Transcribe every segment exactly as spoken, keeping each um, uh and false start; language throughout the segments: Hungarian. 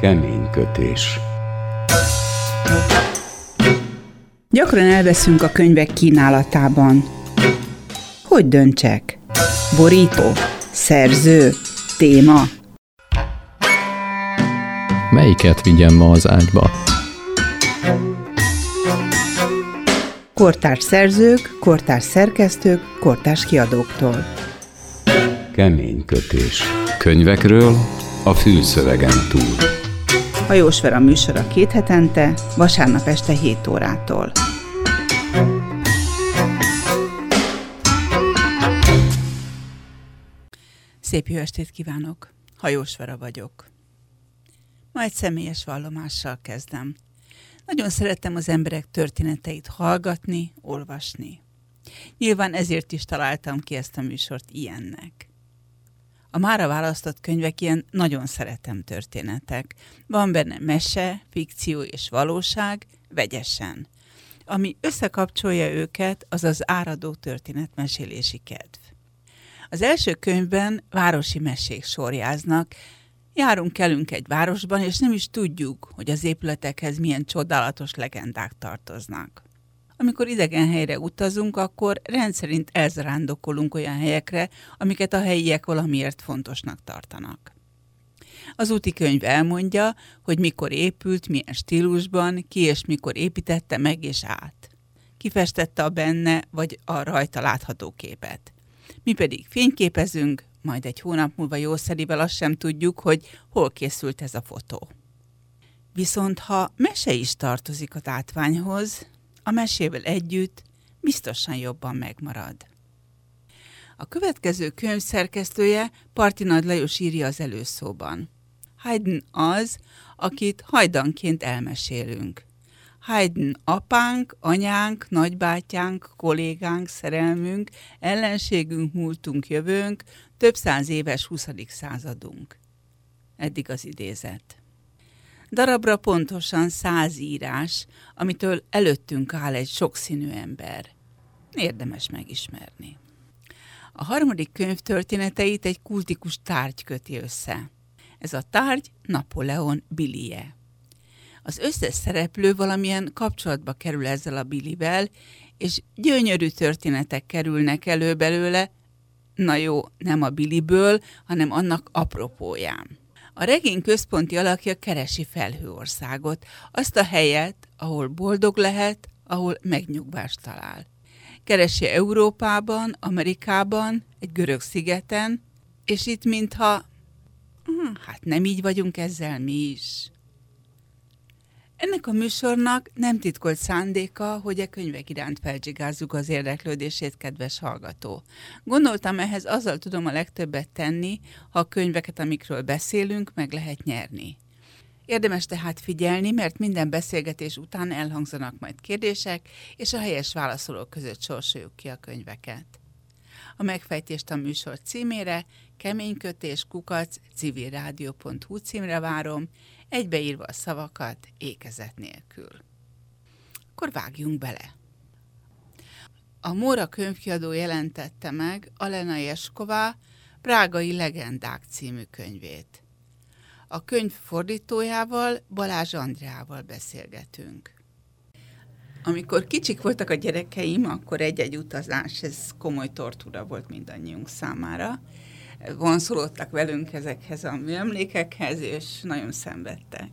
Kemény kötés. Gyakran elveszünk a könyvek kínálatában. Hogy döntsek? Borító? Szerző? Téma? Melyiket vigyem ma az ágyba? Kortárs szerzők, kortárs szerkesztők, kortárs kiadóktól. Kemény kötés. Könyvekről a fülszövegen túl. Hajós Vera műsora két hetente, vasárnap este hét órától. Szép jó estét kívánok! Hajós Vera vagyok. Ma egy személyes vallomással kezdem. Nagyon szeretem az emberek történeteit hallgatni, olvasni. Nyilván ezért is találtam ki ezt a műsort ilyennek. A mára választott könyvek ilyen nagyon szeretem történetek. Van benne mese, fikció és valóság, vegyesen. Ami összekapcsolja őket, az az áradó történetmesélési kedv. Az első könyvben városi mesék sorjáznak. Járunk elünk egy városban, és nem is tudjuk, hogy az épületekhez milyen csodálatos legendák tartoznak. Amikor idegen helyre utazunk, akkor rendszerint elzarándokolunk olyan helyekre, amiket a helyiek valamiért fontosnak tartanak. Az úti könyv elmondja, hogy mikor épült, milyen stílusban, ki és mikor építette meg és át. Kifestette a benne vagy a rajta látható képet. Mi pedig fényképezünk, majd egy hónap múlva jószerivel azt sem tudjuk, hogy hol készült ez a fotó. Viszont ha mese is tartozik az átványhoz, a mesével együtt biztosan jobban megmarad. A következő könyv szerkesztője Parti Nagy Lajos írja az előszóban. Haydn az, akit hajdanként elmesélünk. Haydn apánk, anyánk, nagybátyánk, kollégánk, szerelmünk, ellenségünk, múltunk, jövőnk, több száz éves huszadik századunk. Eddig az idézet. Darabra pontosan száz írás, amitől előttünk áll egy sokszínű ember. Érdemes megismerni. A harmadik könyv történeteit egy kultikus tárgy köti össze. Ez a tárgy Napóleon Billie. Az összes szereplő valamilyen kapcsolatba kerül ezzel a Billivel, és gyönyörű történetek kerülnek elő belőle, na jó, nem a Billiből, hanem annak apropóján. A regény központi alakja keresi Felhőországot, azt a helyet, ahol boldog lehet, ahol megnyugvást talál. Keresi Európában, Amerikában, egy görög szigeten, és itt mintha, hm, hát nem így vagyunk ezzel mi is. Ennek a műsornak nem titkolt szándéka, hogy a könyvek iránt felcsigázzuk az érdeklődését, kedves hallgató. Gondoltam, ehhez azzal tudom a legtöbbet tenni, ha a könyveket, amikről beszélünk, meg lehet nyerni. Érdemes tehát figyelni, mert minden beszélgetés után elhangzanak majd kérdések, és a helyes válaszolók között sorsoljuk ki a könyveket. A megfejtést a műsor címére keménykötés kukac civilrádió pont hu címre várom, egybeírva a szavakat ékezet nélkül. Akkor vágjunk bele. A Móra könyvkiadó jelentette meg Alena Jesková Prágai legendák című könyvét. A könyv fordítójával, Balázs Andreával beszélgetünk. Amikor kicsik voltak a gyerekeim, akkor egy-egy utazás, ez komoly tortúra volt mindannyiunk számára. Vonszolódtak velünk ezekhez a műemlékekhez, és nagyon szenvedtek.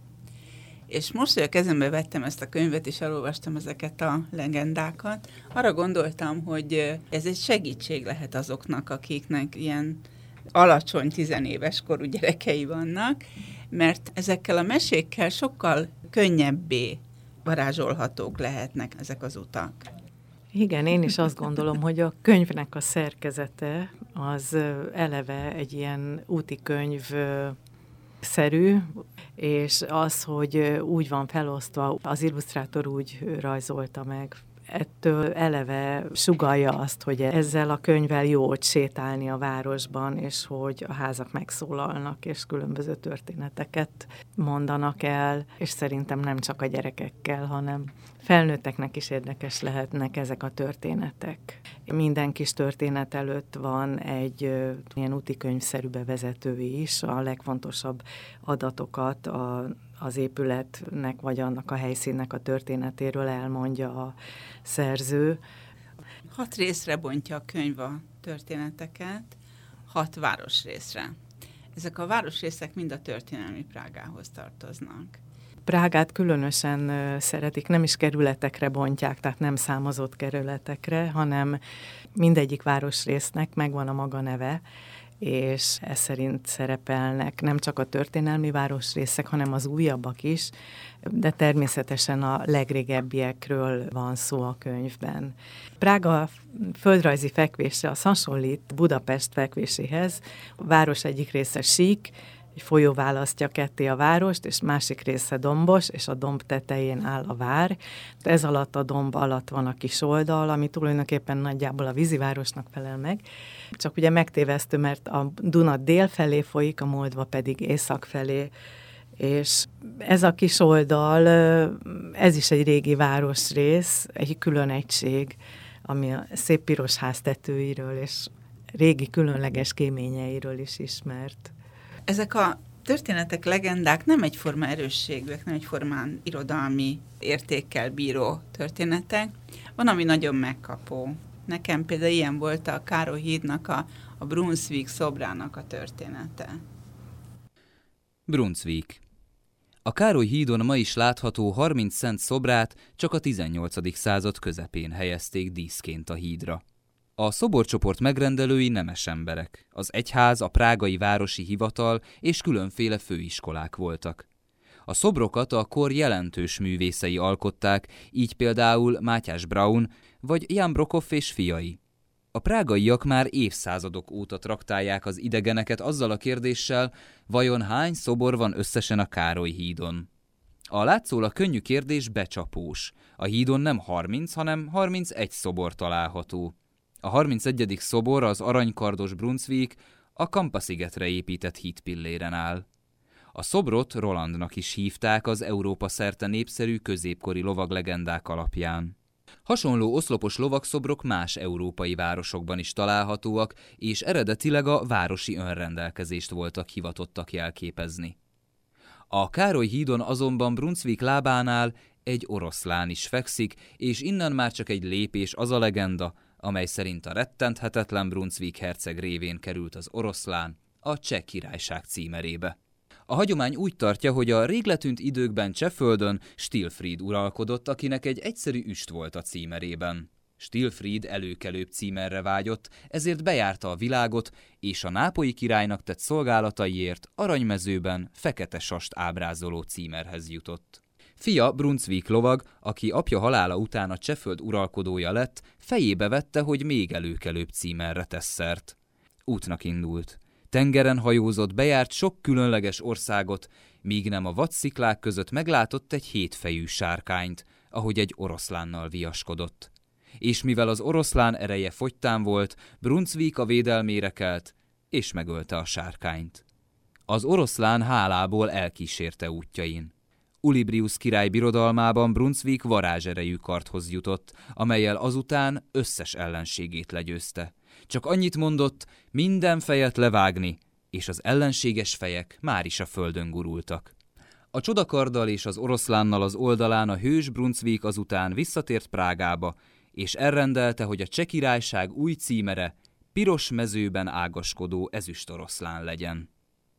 És most, hogy a kezembe vettem ezt a könyvet, és elolvastam ezeket a legendákat, arra gondoltam, hogy ez egy segítség lehet azoknak, akiknek ilyen alacsony tizenéves korú gyerekei vannak, mert ezekkel a mesékkel sokkal könnyebbé varázsolhatók lehetnek ezek az utak. Igen, én is azt gondolom, hogy a könyvnek a szerkezete az eleve egy ilyen úti könyv-szerű, és az, hogy úgy van felosztva, az illusztrátor úgy rajzolta meg ettől eleve sugallja azt, hogy ezzel a könyvvel jó ott sétálni a városban, és hogy a házak megszólalnak, és különböző történeteket mondanak el, és szerintem nem csak a gyerekekkel, hanem felnőtteknek is érdekes lehetnek ezek a történetek. Minden kis történet előtt van egy ö, ilyen útikönyvszerű bevezető is, a legfontosabb adatokat a, az épületnek vagy annak a helyszínnek a történetéről elmondja a szerző. Hat részre bontja a könyv a történeteket, hat városrészre. Ezek a városrészek mind a történelmi Prágához tartoznak. Prágát különösen szeretik, nem is kerületekre bontják, tehát nem számozott kerületekre, hanem mindegyik városrésznek megvan a maga neve, és ez szerint szerepelnek nem csak a történelmi városrészek, hanem az újabbak is, de természetesen a legrégebbiekről van szó a könyvben. Prága földrajzi fekvése az hasonlít Budapest fekvéséhez. A város egyik része sík, egy folyó választja ketté a várost, és másik része dombos, és a domb tetején áll a vár. Ez alatt a domb alatt van a kis oldal, ami tulajdonképpen nagyjából a vízivárosnak felel meg. Csak ugye megtévesztő, mert a Duna dél felé folyik, a Moldva pedig észak felé, és ez a kis oldal, ez is egy régi városrész, egy külön egység, ami a szép piros háztetőiről és régi különleges kéményeiről is ismert. Ezek a történetek, legendák nem egyforma erősségűek, nem egyformán irodalmi értékkel bíró történetek. Van, ami nagyon megkapó. Nekem például ilyen volt a Károly hídnak, a, a Brunswick szobrának a története. Brunswick. A Károly hídon ma is látható harminc szent szobrát csak a tizennyolcadik század közepén helyezték díszként a hídra. A szoborcsoport megrendelői nemes emberek, az egyház, a prágai városi hivatal és különféle főiskolák voltak. A szobrokat a kor jelentős művészei alkották, így például Mátyás Braun vagy Jan Brokoff és fiai. A prágaiak már évszázadok óta traktálják az idegeneket azzal a kérdéssel, vajon hány szobor van összesen a Károly hídon. A látszólag könnyű kérdés becsapós. A hídon nem harminc, hanem harmincegy szobor található. A harmincegyedik szobor, az aranykardos Brunswick, a Kampa-szigetre épített hídpilléren áll. A szobrot Rolandnak is hívták az Európa szerte népszerű középkori lovaglegendák alapján. Hasonló oszlopos lovagszobrok más európai városokban is találhatóak, és eredetileg a városi önrendelkezést voltak hivatottak jelképezni. A Károly hídon azonban Brunswick lábánál egy oroszlán is fekszik, és innen már csak egy lépés az a legenda, amely szerint a rettenthetetlen Brunswick herceg révén került az oroszlán a Cseh Királyság címerébe. A hagyomány úgy tartja, hogy a rég letűnt időkben Csehföldön Stilfrid uralkodott, akinek egy egyszerű üst volt a címerében. Stilfrid előkelőbb címerre vágyott, ezért bejárta a világot, és a nápolyi királynak tett szolgálataiért aranymezőben fekete sast ábrázoló címerhez jutott. Fia, Brunswick lovag, aki apja halála után a Csehföld uralkodója lett, fejébe vette, hogy még előkelőbb címerre tesz szert. Útnak indult. Tengeren hajózott, bejárt sok különleges országot, míg nem a vadsziklák között meglátott egy hétfejű sárkányt, ahogy egy oroszlánnal viaskodott. És mivel az oroszlán ereje fogytán volt, Brunswick a védelmére kelt, és megölte a sárkányt. Az oroszlán hálából elkísérte útjain. Ulibrius király birodalmában Brunswick varázserejű kardhoz jutott, amellyel azután összes ellenségét legyőzte. Csak annyit mondott, minden fejet levágni, és az ellenséges fejek már is a földön gurultak. A csodakarddal és az oroszlánnal az oldalán a hős Brunswick azután visszatért Prágába, és elrendelte, hogy a Cseh Királyság új címere piros mezőben ágaskodó ezüst oroszlán legyen.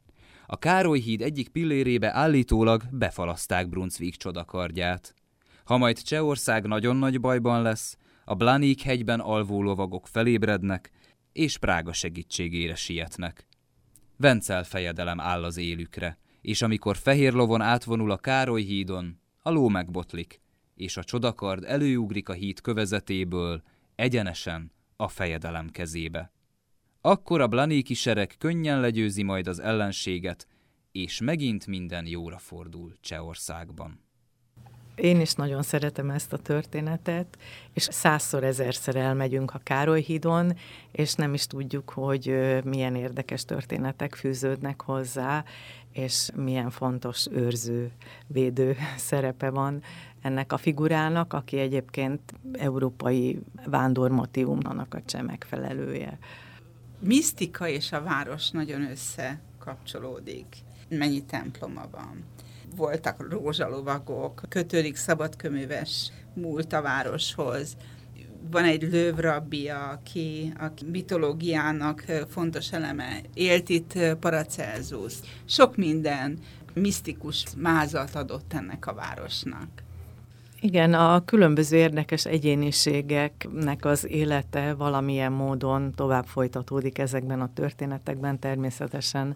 A Károly híd egyik pillérébe állítólag befalaszták Brunswick csodakardját. Ha majd Csehország nagyon nagy bajban lesz, a Blaník hegyben alvó lovagok felébrednek, és Prága segítségére sietnek. Vencel fejedelem áll az élükre, és amikor fehér lovon átvonul a Károly hídon, a ló megbotlik, és a csodakard előugrik a híd kövezetéből, egyenesen a fejedelem kezébe. Akkor a blaníki sereg könnyen legyőzi majd az ellenséget, és megint minden jóra fordul Csehországban. Én is nagyon szeretem ezt a történetet, és százszor, ezerszer elmegyünk a Károly hídon, és nem is tudjuk, hogy milyen érdekes történetek fűződnek hozzá, és milyen fontos őrző, védő szerepe van ennek a figurának, aki egyébként európai vándormotivumnak a cseh megfelelője. Misztika és a város nagyon összekapcsolódik. Mennyi temploma van? Voltak rózsalovagok, kötődik szabadköműves múlt a városhoz. Van egy lővrabbi, aki a mitológiának fontos eleme. Élt itt Paracelsus. Sok minden misztikus mázat adott ennek a városnak. Igen, a különböző érdekes egyéniségeknek az élete valamilyen módon tovább folytatódik ezekben a történetekben, természetesen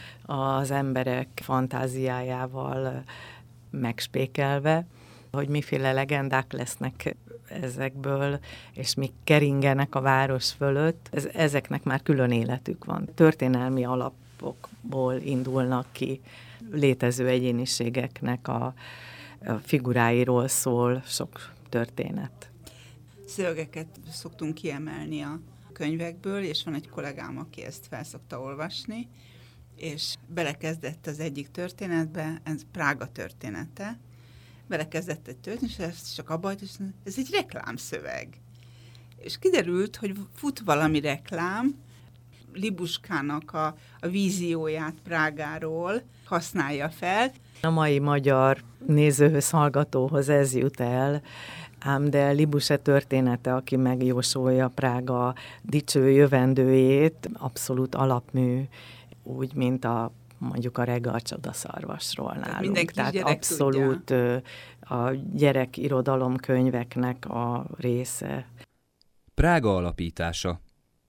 az emberek fantáziájával megspékelve, hogy miféle legendák lesznek ezekből, és mik keringenek a város fölött. Ez, ezeknek már külön életük van. Történelmi alapokból indulnak ki, létező egyéniségeknek a, a figuráiról szól sok történet. Szövegeket szoktunk kiemelni a könyvekből, és van egy kollégám, aki ezt fel szokta olvasni, és belekezdett az egyik történetbe, ez Prága története, belekezdett egy történet, és ezt csak abba hagyta, ez egy reklámszöveg. És kiderült, hogy fut valami reklám, Libuskának a, a vízióját Prágáról használja fel. A mai magyar nézőhöz, hallgatóhoz ez jut el, ám de Libuse története, aki megjósolja Prága dicső jövendőjét, abszolút alapmű, úgy, mint a mondjuk a Reggel csodaszarvasról nálunk. Tehát, Tehát abszolút tudja. A gyerekirodalom könyveknek a része. Prága alapítása.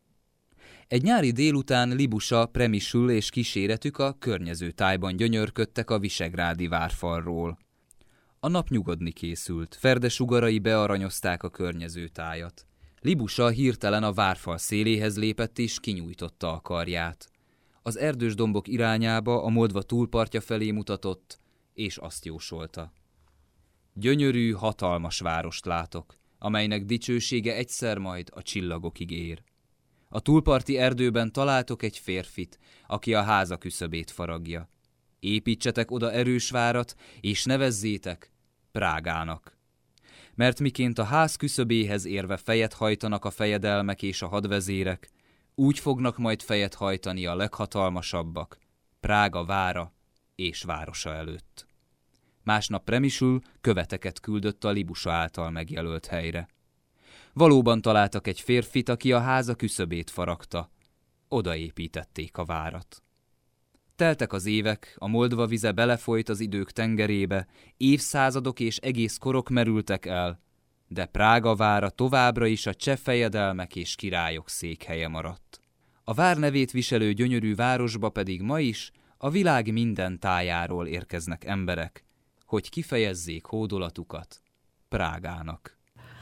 Egy nyári délután Libusa, Premisul és kíséretük a környező tájban gyönyörködtek a visegrádi várfalról. A nap nyugodni készült, ferde sugarai bearanyozták a környező tájat. Libusa hirtelen a várfal széléhez lépett és kinyújtotta a karját. Az erdős dombok irányába, a Moldva túlpartja felé mutatott, és azt jósolta. Gyönyörű, hatalmas várost látok, amelynek dicsősége egyszer majd a csillagokig ér. A túlparti erdőben találtok egy férfit, aki a háza küszöbét faragja. Építsetek oda erős várat, és nevezzétek Prágának. Mert miként a ház küszöbéhez érve fejet hajtanak a fejedelmek és a hadvezérek, úgy fognak majd fejet hajtani a leghatalmasabbak, Prága vára és városa előtt. Másnap Premisul követeket küldött a Libusa által megjelölt helyre. Valóban találtak egy férfit, aki a háza küszöbét faragta. Odaépítették a várat. Teltek az évek, a Moldva vize belefolyt az idők tengerébe, évszázadok és egész korok merültek el, de Prága vára továbbra is a cseh fejedelmek és királyok székhelye maradt. A vár nevét viselő gyönyörű városba pedig ma is a világ minden tájáról érkeznek emberek, hogy kifejezzék hódolatukat Prágának.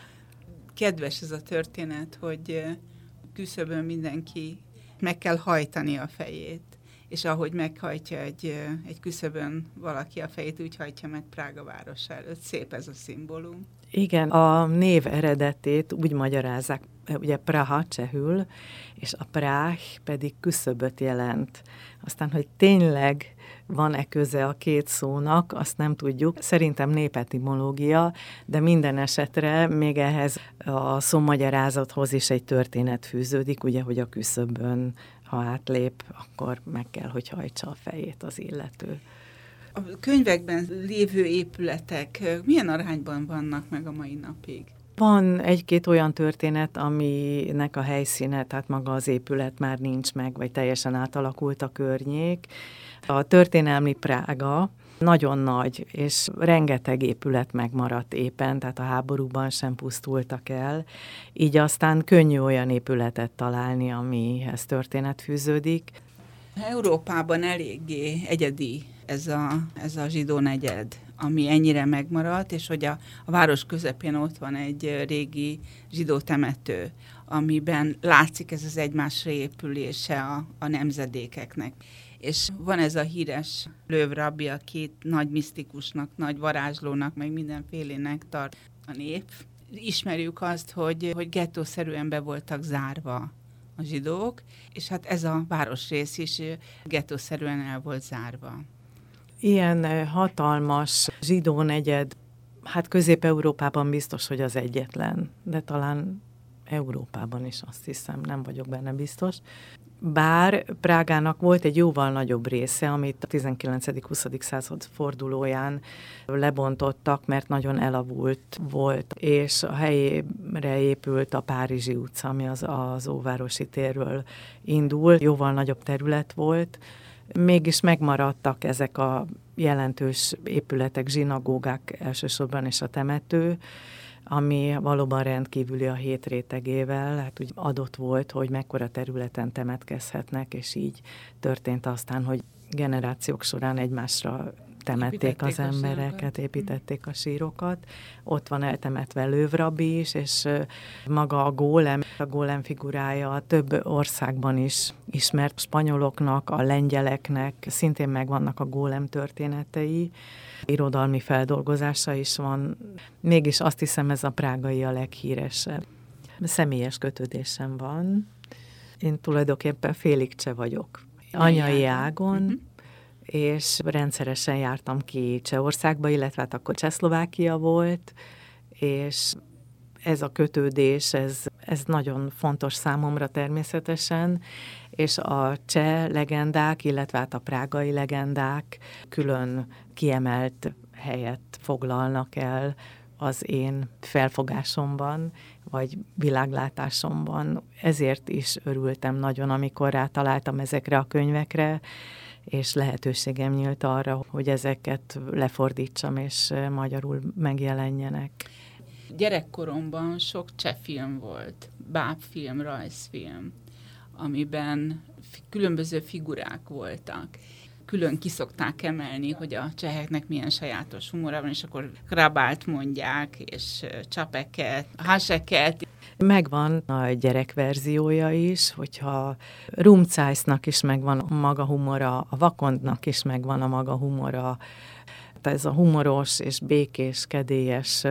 Kedves ez a történet, hogy küszöbön mindenki meg kell hajtani a fejét, és ahogy meghajtja egy, egy küszöbön valaki a fejét, úgy hajtja meg Prága városa előtt. Szép ez a szimbólum. Igen, a név eredetét úgy magyarázzák, ugye Praha csehül, és a práh pedig küszöböt jelent. Aztán, hogy tényleg van-e köze a két szónak, azt nem tudjuk. Szerintem népetimológia, de minden esetre még ehhez a szómagyarázathoz is egy történet fűződik, ugye, hogy a küszöbön, ha átlép, akkor meg kell, hogy hajtsa a fejét az illető. A könyvekben lévő épületek milyen arányban vannak meg a mai napig? Van egy-két olyan történet, aminek a helyszíne, tehát maga az épület már nincs meg, vagy teljesen átalakult a környék. A történelmi Prága nagyon nagy, és rengeteg épület megmaradt éppen, tehát a háborúban sem pusztultak el. Így aztán könnyű olyan épületet találni, amihez történet fűződik. Európában eléggé egyedi ez a, ez a zsidó negyed, ami ennyire megmaradt, és hogy a, a város közepén ott van egy régi zsidó temető, amiben látszik ez az egymásra épülése a, a nemzedékeknek. És van ez a híres Löw rabbi, akit nagy misztikusnak, nagy varázslónak, meg mindenfélének tart a nép. Ismerjük azt, hogy, hogy gettószerűen be voltak zárva a zsidók, és hát ez a városrész is gettószerűen el volt zárva. Ilyen hatalmas zsidó negyed, hát Közép-Európában biztos, hogy az egyetlen, de talán Európában is, azt hiszem, nem vagyok benne biztos. Bár Prágának volt egy jóval nagyobb része, amit a tizenkilencedik-huszadik század fordulóján lebontottak, mert nagyon elavult volt, és a helyére épült a Párizsi utca, ami az, az Óvárosi térről indul, jóval nagyobb terület volt. Mégis megmaradtak ezek a jelentős épületek, zsinagógák elsősorban, és a temető, ami valóban rendkívüli a hét rétegével, hát úgy adott volt, hogy mekkora területen temetkezhetnek, és így történt aztán, hogy generációk során egymásra temették építették az embereket, a építették a sírokat. Ott van eltemetve Löw rabbi is, és maga a gólem, a gólem figurája több országban is ismert, spanyoloknak, a lengyeleknek, szintén megvannak a gólem történetei, irodalmi feldolgozása is van. Mégis azt hiszem, ez a prágai a leghíresebb. Személyes kötődésem van. Én tulajdonképpen félig cseh vagyok. Anyai ágon, uh-huh. és rendszeresen jártam ki Csehországba, illetve hát akkor Csehszlovákia volt, és ez a kötődés, ez, ez nagyon fontos számomra természetesen, és a cseh legendák, illetve hát a prágai legendák külön kiemelt helyet foglalnak el az én felfogásomban, vagy világlátásomban. Ezért is örültem nagyon, amikor rátaláltam ezekre a könyvekre, és lehetőségem nyílt arra, hogy ezeket lefordítsam, és magyarul megjelenjenek. Gyerekkoromban sok cseh film volt, bábfilm, rajzfilm, amiben különböző figurák voltak. Külön kiszokták emelni, hogy a cseheknek milyen sajátos humora van, és akkor krabált mondják, és csapeket, haseket. Megvan a gyerekverziója is, hogyha Rumcájsznak is megvan a maga humora, a Vakondnak is megvan a maga humora. Ez a humoros és békés, kedélyes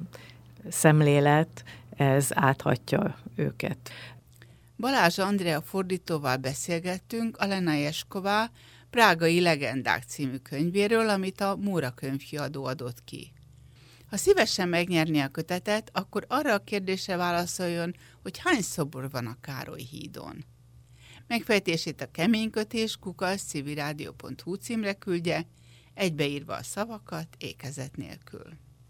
szemlélet, ez áthatja őket. Balázs Andrea fordítóval beszélgettünk a Lena Jesková Prágai legendák című könyvéről, amit a Móra könyvkiadó adott ki. Ha szívesen megnyerni a kötetet, akkor arra a kérdésre válaszoljon, hogy hány szobor van a Károly hídon. Megfejtését a keménykötés kukac civilrádió pont hu címre küldje, egybeírva a szavakat ékezet nélkül.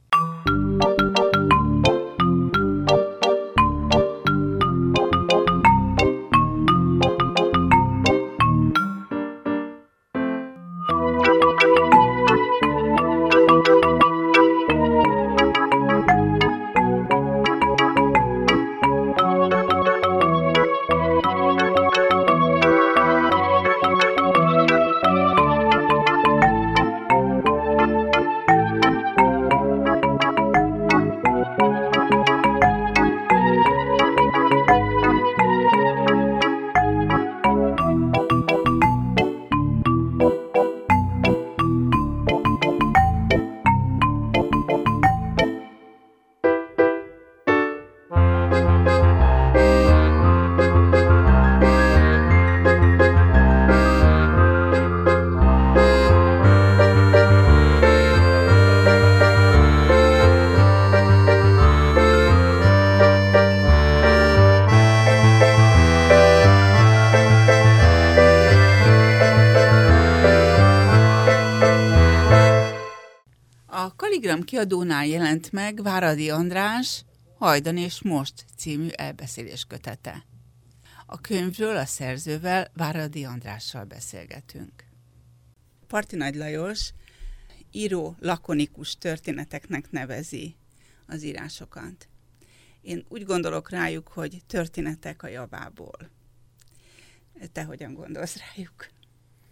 Kiadónál jelent meg Váradi András Hajdan és Most című elbeszélés kötete. A könyvről a szerzővel, Váradi Andrással beszélgetünk. Parti Nagy Lajos író lakonikus történeteknek nevezi az írásokat. Én úgy gondolok rájuk, hogy történetek a javából. Te hogyan gondolsz rájuk?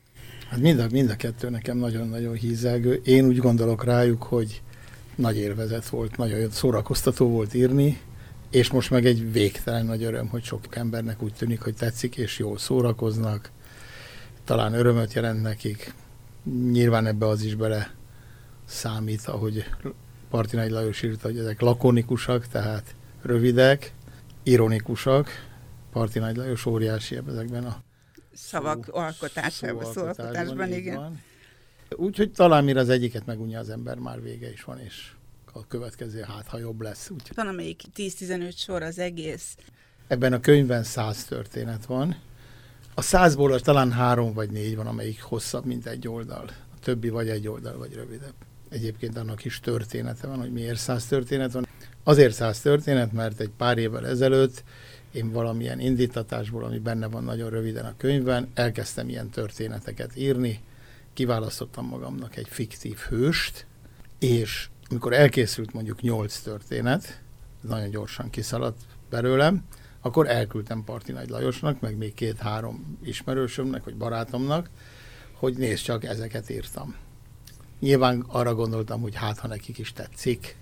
Hát mind a, mind a kettő nekem nagyon-nagyon hízelgő. Én úgy gondolok rájuk, hogy nagy élvezet volt, nagyon szórakoztató volt írni, és most meg egy végtelen nagy öröm, hogy sok embernek úgy tűnik, hogy tetszik, és jól szórakoznak, talán örömöt jelent nekik. Nyilván ebbe az is bele számít, ahogy Parti Nagy Lajos írta, hogy ezek lakonikusak, tehát rövidek, ironikusak. Parti Nagy Lajos óriási ezekben a szavak szó, alkotásában, szóalkotásban, igen. Van. Úgyhogy talán mire az egyiket megunja az ember, már vége is van, és a következő hát, ha jobb lesz. Úgyhogy van, amelyik tíz-tizenöt sor az egész. ebben a könyvben száz történet van. A százból talán három vagy négy van, amelyik hosszabb, mint egy oldal. A többi vagy egy oldal, vagy rövidebb. Egyébként annak is története van, hogy miért száz történet van. Azért száz történet, mert egy pár évvel ezelőtt én valamilyen indítatásból, ami benne van nagyon röviden a könyvben, elkezdtem ilyen történeteket írni, kiválasztottam magamnak egy fiktív hőst, és amikor elkészült mondjuk nyolc történet, nagyon gyorsan kiszaladt belőlem, akkor elküldtem Parti Nagy Lajosnak, meg még két-három ismerősömnek, vagy barátomnak, hogy nézd csak, ezeket írtam. Nyilván arra gondoltam, hogy hát, ha nekik is tetszik.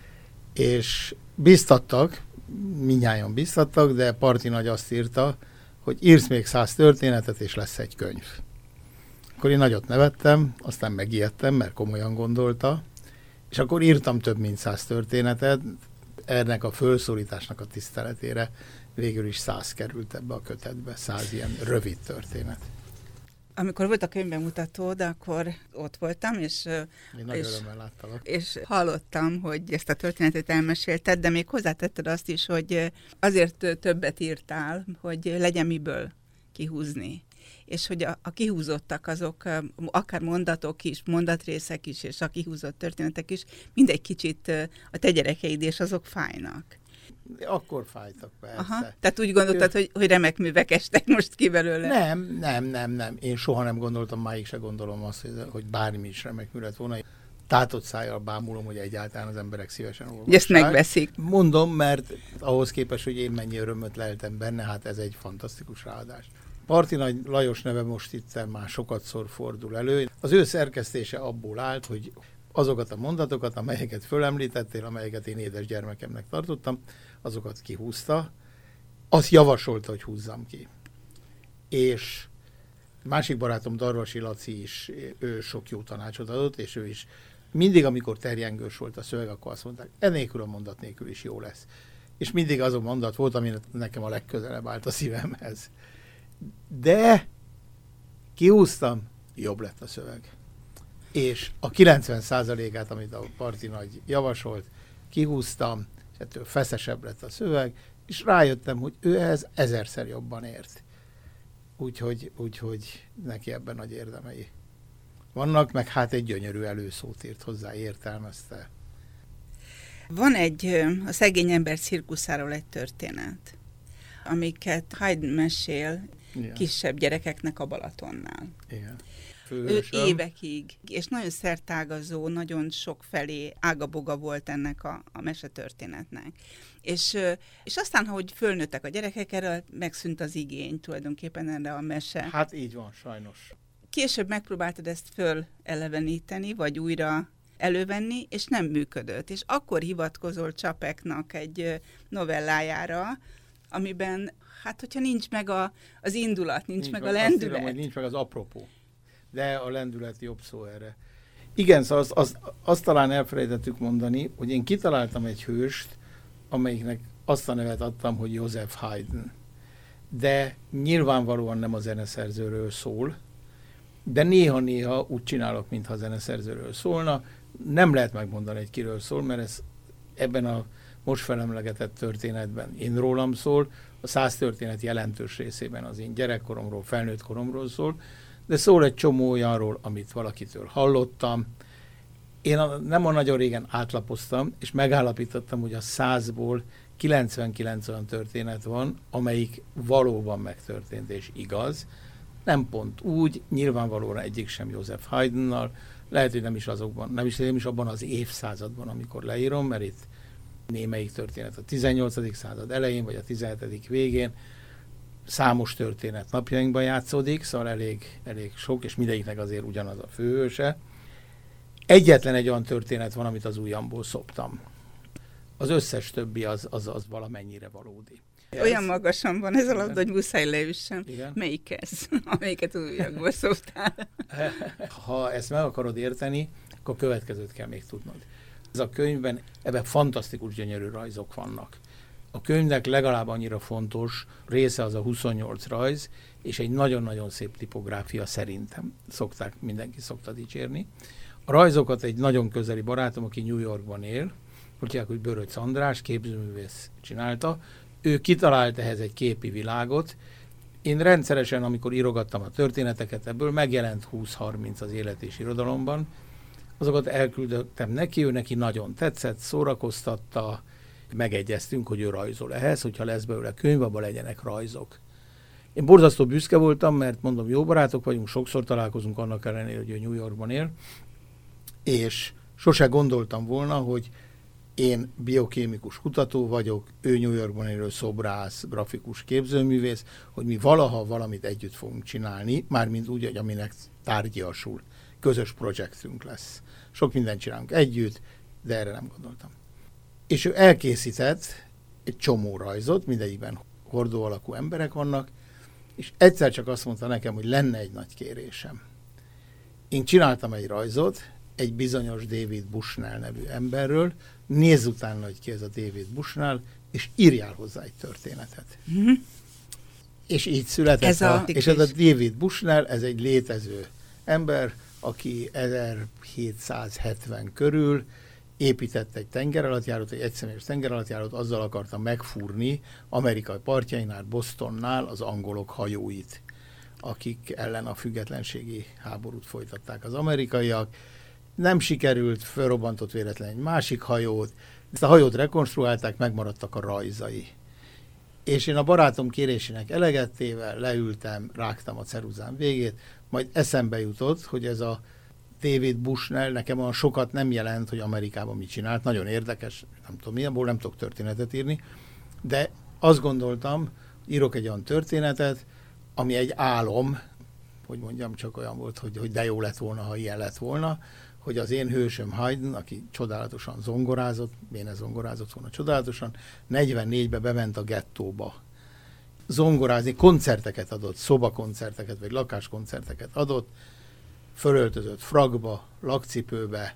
És biztattak, mindnyájan biztattak, de Parti Nagy azt írta, hogy írsz még száz történetet, és lesz egy könyv. Akkor én nagyot nevettem, aztán megijedtem, mert komolyan gondolta, és akkor írtam több mint száz történetet, ennek a fölszólításnak a tiszteletére végül is száz került ebbe a kötetbe, száz ilyen rövid történet. Amikor volt a könyvbemutatód, akkor ott voltam, és, Én nagy és, örömmel láttalak. és hallottam, hogy ezt a történetet elmesélted, de még hozzátetted azt is, hogy azért többet írtál, hogy legyen miből kihúzni. És hogy a, a kihúzottak azok, akár mondatok is, mondatrészek is, és a kihúzott történetek is, mindegy kicsit a te gyerekeid, és azok fájnak. Akkor fájtak, persze. Aha. Tehát úgy gondoltad, hogy, hogy remek művek estek most ki belőle? Nem, nem, nem, nem. Én soha nem gondoltam, máig se gondolom azt, hogy, hogy bármi is remek mű lett volna. Tátott szájjal bámulom, hogy egyáltalán az emberek szívesen olvassák. Ezt megveszik. Mondom, mert ahhoz képest, hogy én mennyi örömöt leltem benne, hát ez egy fantasztikus ráadás. Parti Nagy Lajos neve most itt már sokatszor fordul elő. Az ő szerkesztése abból állt, hogy azokat a mondatokat, amelyeket fölemlítettél, amelyeket én édes gyermekemnek tartottam, azokat kihúzta, azt javasolta, hogy húzzam ki. És másik barátom Darvasi Laci is, ő sok jó tanácsot adott, és ő is mindig, amikor terjengős volt a szöveg, akkor azt mondták, enélkül a mondat nélkül is jó lesz. És mindig az a mondat volt, ami nekem a legközelebb állt a szívemhez. De kihúztam, jobb lett a szöveg. És a kilencven százalékát, amit a Parti Nagy javasolt, kihúztam, és ettől feszesebb lett a szöveg, és rájöttem, hogy ő ehhez ezerszer jobban ért. Úgyhogy, úgyhogy neki ebben nagy érdemei vannak, meg hát egy gyönyörű előszót írt hozzá, értelmezte. Van egy, a szegény ember cirkuszáról egy történet, amiket Hyde mesél Igen. kisebb gyerekeknek a Balatonnál. Igen. Ő évekig, és nagyon szertágazó, nagyon sok felé ágaboga volt ennek a, a mesetörténetnek. És, és aztán, ahogy fölnőttek a gyerekek, erről megszűnt az igény tulajdonképpen erre a mese. Hát így van, sajnos. Később megpróbáltad ezt föleleveníteni, vagy újra elővenni, és nem működött. És akkor hivatkozol Csapeknak egy novellájára, amiben, hát hogyha nincs meg a, az indulat, nincs, nincs meg, meg a lendület. Azt írom, hogy nincs meg az apropó. De a lendület jobb szó erre. Igen, szóval azt, azt, azt talán elfelejtettük mondani, hogy én kitaláltam egy hőst, amelyiknek azt a nevet adtam, hogy Joseph Haydn. De nyilvánvalóan nem a zeneszerzőről szól, de néha-néha úgy csinálok, mintha a zeneszerzőről szólna. Nem lehet megmondani, hogy kiről szól, mert ez ebben a most felemlegetett történetben én rólam szól, a száz történet jelentős részében az én gyerekkoromról, felnőtt koromról szól, de szól egy csomó olyanról, amit valakitől hallottam. Én a, nem a nagyon régen átlapoztam, és megállapítottam, hogy a százból kilencvenkilenc olyan történet van, amelyik valóban megtörtént és igaz. Nem pont úgy, nyilvánvalóan egyik sem Joseph Haydnnal, lehet, hogy nem is azokban, nem is, nem is abban az évszázadban, amikor leírom, mert itt némelyik történet a tizennyolcadik század elején, vagy a tizenhetedik végén. Számos történet napjainkban játszódik, szóval elég, elég sok, és mindegyiknek azért ugyanaz a főhőse. Egyetlen egy olyan történet van, amit az ujjamból szoptam. Az összes többi az, az, az valamennyire valódi. Olyan magasan van ez a labda, hogy muszáj leüssem. Igen. Melyik ez, amelyiket az ujjakból szoptál? Ha ezt meg akarod érteni, akkor a következőt kell még tudnod. Ez a könyvben, ebben fantasztikus gyönyörű rajzok vannak. A könyvnek legalább annyira fontos része az a huszonnyolc rajz, és egy nagyon-nagyon szép tipográfia szerintem. Szokták, mindenki szokta dicsérni. A rajzokat egy nagyon közeli barátom, aki New Yorkban él, mondják, hogy Böröcs András, képzőművész csinálta. Ő kitalált ehhez egy képi világot. Én rendszeresen, amikor írogattam a történeteket, ebből megjelent húsz-harminc az Élet és Irodalomban. Azokat elküldöttem neki, ő neki nagyon tetszett, szórakoztatta, megegyeztünk, hogy ő rajzol ehhez, hogyha lesz belőle könyv, abban legyenek rajzok. Én borzasztó büszke voltam, mert mondom, jó barátok vagyunk, sokszor találkozunk annak ellenére, hogy ő New Yorkban él, és sose gondoltam volna, hogy én biokémikus kutató vagyok, ő New Yorkban élő szobrász, grafikus képzőművész, hogy mi valaha valamit együtt fogunk csinálni, mármint úgy, hogy aminek tárgyiasul, közös projektünk lesz. Sok mindent csinálunk együtt, de erre nem gondoltam. És ő elkészített egy csomó rajzot, mindegyikben hordó alakú emberek vannak, és egyszer csak azt mondta nekem, hogy lenne egy nagy kérésem. Én csináltam egy rajzot, egy bizonyos David Bushnell nevű emberről, nézz utána, hogy ki ez a David Bushnell, és írjál hozzá egy történetet. Mm-hmm. És így született, ez a, a, és ez a David Bushnell, ez egy létező ember, aki ezerhétszázhetven körül épített egy tengeralattjárót, egy egyszemélyes tengeralattjárót, azzal akarta megfúrni amerikai partjainál, Bostonnál az angolok hajóit, akik ellen a függetlenségi háborút folytatták az amerikaiak. Nem sikerült, fölrobbantott véletlen egy másik hajót, ezt a hajót rekonstruálták, megmaradtak a rajzai. És én a barátom kérésének eleget téve leültem, rágtam a ceruzám végét, majd eszembe jutott, hogy ez a David Bushnell nekem olyan sokat nem jelent, hogy Amerikában mit csinált. Nagyon érdekes, nem tudom milyenból, nem tudok történetet írni, de azt gondoltam, írok egy olyan történetet, ami egy álom, hogy mondjam, csak olyan volt, hogy, hogy de jó lett volna, ha ilyen lett volna, hogy az én hősöm Haydn, aki csodálatosan zongorázott, béne zongorázott volna csodálatosan, negyvennégyben bement a gettóba zongorázni, koncerteket adott, szobakoncerteket, vagy lakáskoncerteket adott, fölöltözött frakba, lakcipőbe,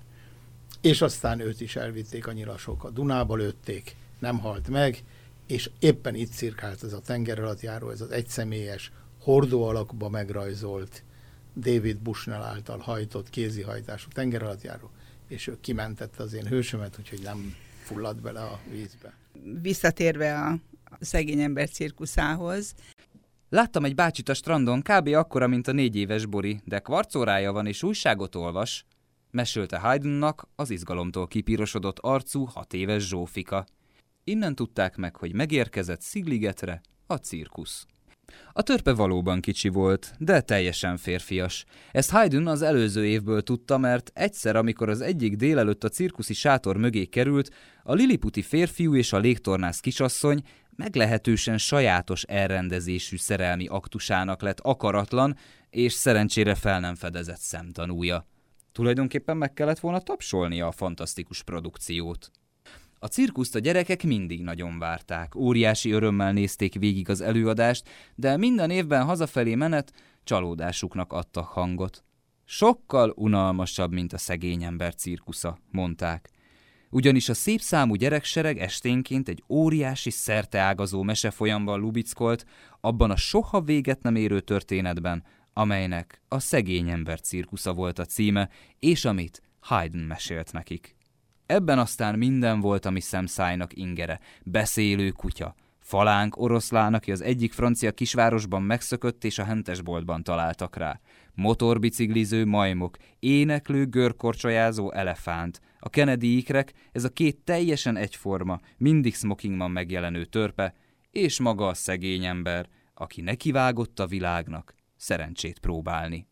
és aztán őt is elvitték a nyilasok, a Dunába lőtték, nem halt meg, és éppen itt cirkált ez a tengeralattjáró, ez az egyszemélyes, hordó alakba megrajzolt, David Bushnell által hajtott kézihajtású tengeralattjáró, és ő kimentette az én hősömet, úgyhogy nem fulladt bele a vízbe. Visszatérve a szegény ember cirkuszához. Láttam egy bácsit a strandon, kb. Akkora, mint a négy éves Bori, de kvarcórája van és újságot olvas, mesélte Haydnnak az izgalomtól kipírosodott arcú hat éves Zsófika. Innen tudták meg, hogy megérkezett Szigligetre a cirkusz. A törpe valóban kicsi volt, de teljesen férfias. Ezt Haydn az előző évből tudta, mert egyszer, amikor az egyik délelőtt a cirkuszi sátor mögé került, a liliputi férfiú és a légtornász kisasszony meglehetősen sajátos elrendezésű szerelmi aktusának lett akaratlan, és szerencsére fel nem fedezett szemtanúja. Tulajdonképpen meg kellett volna tapsolnia a fantasztikus produkciót. A cirkuszt a gyerekek mindig nagyon várták, óriási örömmel nézték végig az előadást, de minden évben hazafelé menet csalódásuknak adtak hangot. Sokkal unalmasabb, mint a szegény ember cirkusza, mondták. Ugyanis a szép számú gyereksereg esténként egy óriási szerteágazó mesefolyamban lubickolt, abban a soha véget nem érő történetben, amelynek a szegény ember cirkusza volt a címe, és amit Haydn mesélt nekik. Ebben aztán minden volt, ami szemszájnak ingere, beszélő kutya, falánk oroszlán, aki az egyik francia kisvárosban megszökött és a hentesboltban találtak rá, motorbicikliző majmok, éneklő, görkorcsolyázó elefánt, a Kennedy-ikrek, ez a két teljesen egyforma, mindig smokingban megjelenő törpe, és maga a szegény ember, aki nekivágott a világnak szerencsét próbálni.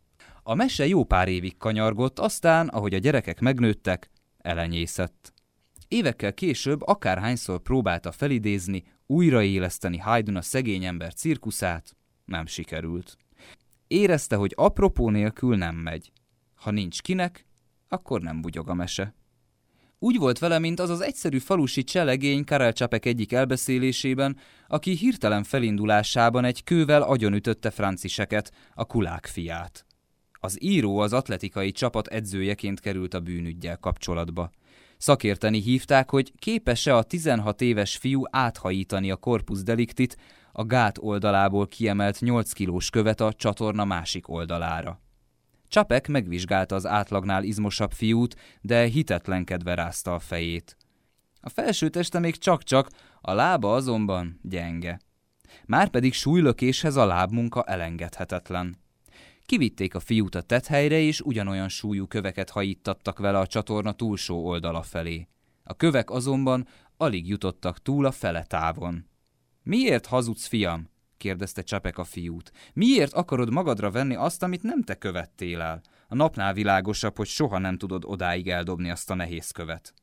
A mese jó pár évig kanyargott, aztán, ahogy a gyerekek megnőttek, elenyészett. Évekkel később akárhányszor próbálta felidézni, Újraéleszteni Haydn a szegény ember cirkuszát nem sikerült. Érezte, hogy apropó nélkül nem megy. Ha nincs kinek, akkor nem bugyog a mese. Úgy volt vele, mint az az egyszerű falusi cselegény Karel Čapek egyik elbeszélésében, aki hirtelen felindulásában egy kővel agyonütötte Franciseket, a kulák fiát. Az író az atletikai csapat edzőjeként került a bűnüggyel kapcsolatba. Szakérteni hívták, hogy képes-e a tizenhat éves fiú áthajítani a corpus delictit, a gát oldalából kiemelt nyolc kilós követ a csatorna másik oldalára. Čapek megvizsgálta az átlagnál izmosabb fiút, de hitetlenkedve rázta a fejét. A felső teste még csak-csak, a lába azonban gyenge. Márpedig súlylökéshez a lábmunka elengedhetetlen. Kivitték a fiút a tetthelyre, és ugyanolyan súlyú köveket hajíttattak vele a csatorna túlsó oldala felé. A kövek azonban alig jutottak túl a fele távon. Miért hazudsz, fiam? kérdezte Čapek a fiút. Miért akarod magadra venni azt, amit nem te követtél el? A napnál világosabb, hogy soha nem tudod odáig eldobni azt a nehéz követ.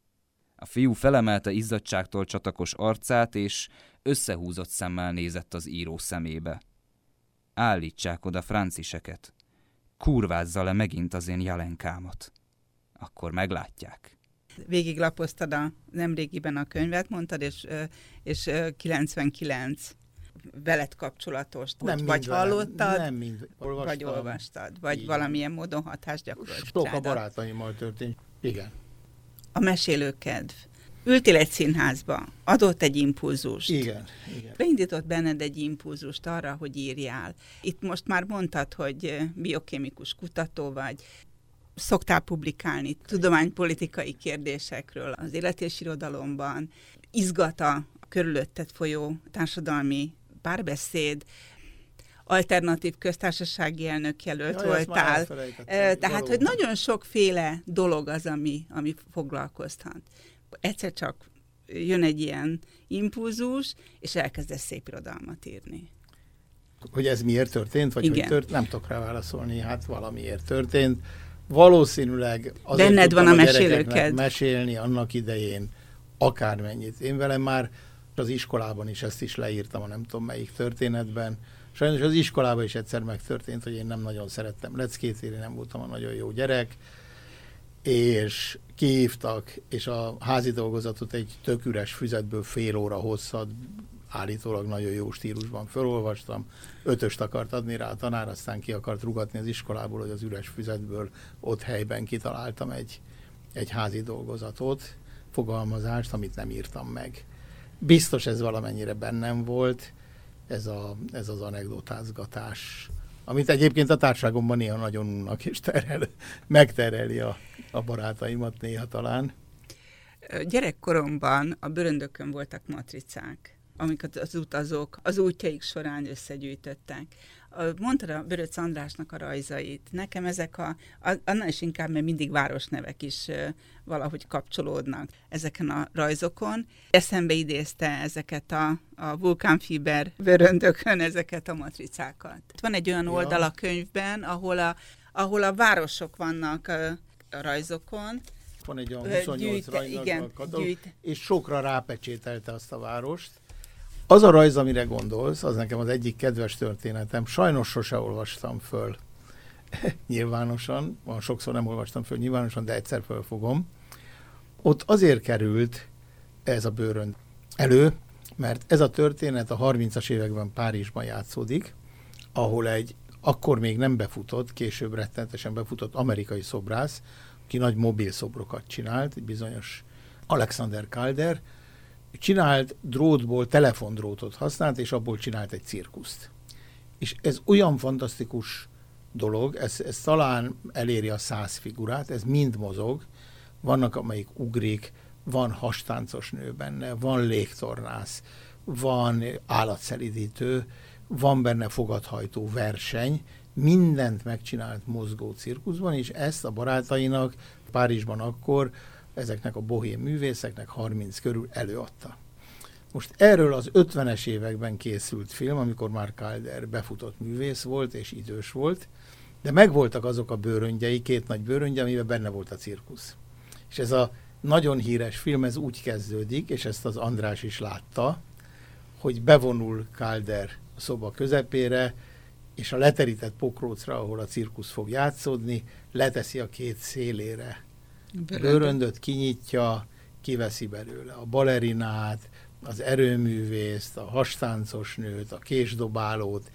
A fiú felemelte izzadságtól csatakos arcát, és összehúzott szemmel nézett az író szemébe. Állítsák oda Franciseket. Kurvázza le megint az én Jalenkámat. Akkor meglátják. Végiglapoztad a nemrégiben a könyvet, mondtad, és, és kilencvenkilenc veled kapcsolatos, nem vagy hallottad, nem mind olvastam, vagy olvastad, vagy igen. Valamilyen módon hatást gyakorolt. Sok a barátaimmal történt. Igen. A mesélőkedv. Ültél egy színházba, adott egy impulzust. Igen, igen. Beindított benned egy impulzust arra, hogy írjál. Itt most már mondtad, hogy biokémikus kutató vagy. Szoktál publikálni tudománypolitikai kérdésekről az élet és irodalomban. Izgat a körülötted folyó társadalmi párbeszéd, alternatív köztársasági elnök jelölt ja, voltál. Tehát, valóban. Hogy nagyon sokféle dolog az, ami, ami foglalkoztat. Egyszer csak jön egy ilyen impulzus, és elkezdesz szép irodalmat írni. Hogy ez miért történt, vagy igen. hogy tört, nem tudok rá válaszolni, hát valamiért történt. Valószínűleg azért benned van a, a mesélőked. Mesélni annak idején akármennyit. Én velem már az iskolában is ezt is leírtam, a nem tudom melyik történetben. Sajnos az iskolában is egyszer megtörtént, hogy én nem nagyon szerettem leckét írni, nem voltam a nagyon jó gyerek, és kihívtak, és a házi dolgozatot egy tök üres füzetből fél óra hosszat, állítólag nagyon jó stílusban felolvastam, ötöst akart adni rá a tanár, aztán ki akart rugatni az iskolából, hogy az üres füzetből ott helyben kitaláltam egy, egy házi dolgozatot, fogalmazást, amit nem írtam meg. Biztos ez valamennyire bennem volt, ez, a, ez az anekdotázgatás, amit egyébként a társágomban néha nagyon unnak, és terel, megtereli a, a barátaimat néha talán. Gyerekkoromban a bőröndökön voltak matricák, amiket az utazók az útjaik során összegyűjtöttek. Mondtad a Böröcz Andrásnak a rajzait. Nekem ezek a, annál is inkább, mert mindig városnevek is valahogy kapcsolódnak ezeken a rajzokon. Eszembe idézte ezeket a, a vulkánfiber bőröndökön, ezeket a matricákat. Van egy olyan oldal a könyvben, ahol a, ahol a városok vannak a, a rajzokon. Van egy olyan huszonnyolc rajznak katalógus, és sokra rápecsételte azt a várost. Az a rajz, amire gondolsz, az nekem az egyik kedves történetem. Sajnos sose olvastam föl nyilvánosan, van sokszor nem olvastam föl nyilvánosan, de egyszer föl fogom. Ott azért került ez a bőrönd elő, mert ez a történet a harmincas években Párizsban játszódik, ahol egy akkor még nem befutott, később rettenetesen befutott amerikai szobrász, aki nagy mobil szobrokat csinált, egy bizonyos Alexander Calder, csinált drótból, telefondrótot használt, és abból csinált egy cirkuszt. És ez olyan fantasztikus dolog, ez, ez talán eléri a száz figurát, ez mind mozog, vannak amelyik ugrik, van hastáncos nő benne, van légtornász, van állatszelidítő, van benne fogathajtó verseny, mindent megcsinált mozgó cirkuszban, és ezt a barátainak Párizsban akkor ezeknek a bohém művészeknek harminc körül előadta. Most erről az ötvenes években készült film, amikor már Calder befutott művész volt, és idős volt, de megvoltak azok a bőröngyei, két nagy bőröngye, amiben benne volt a cirkusz. És ez a nagyon híres film, ez úgy kezdődik, és ezt az András is látta, hogy bevonul Calder a szoba közepére, és a leterített pokrócra, ahol a cirkusz fog játszódni, leteszi a két szélére. Bőröndöt kinyitja, kiveszi belőle a balerinát, az erőművészt, a hastáncos nőt, a késdobálót,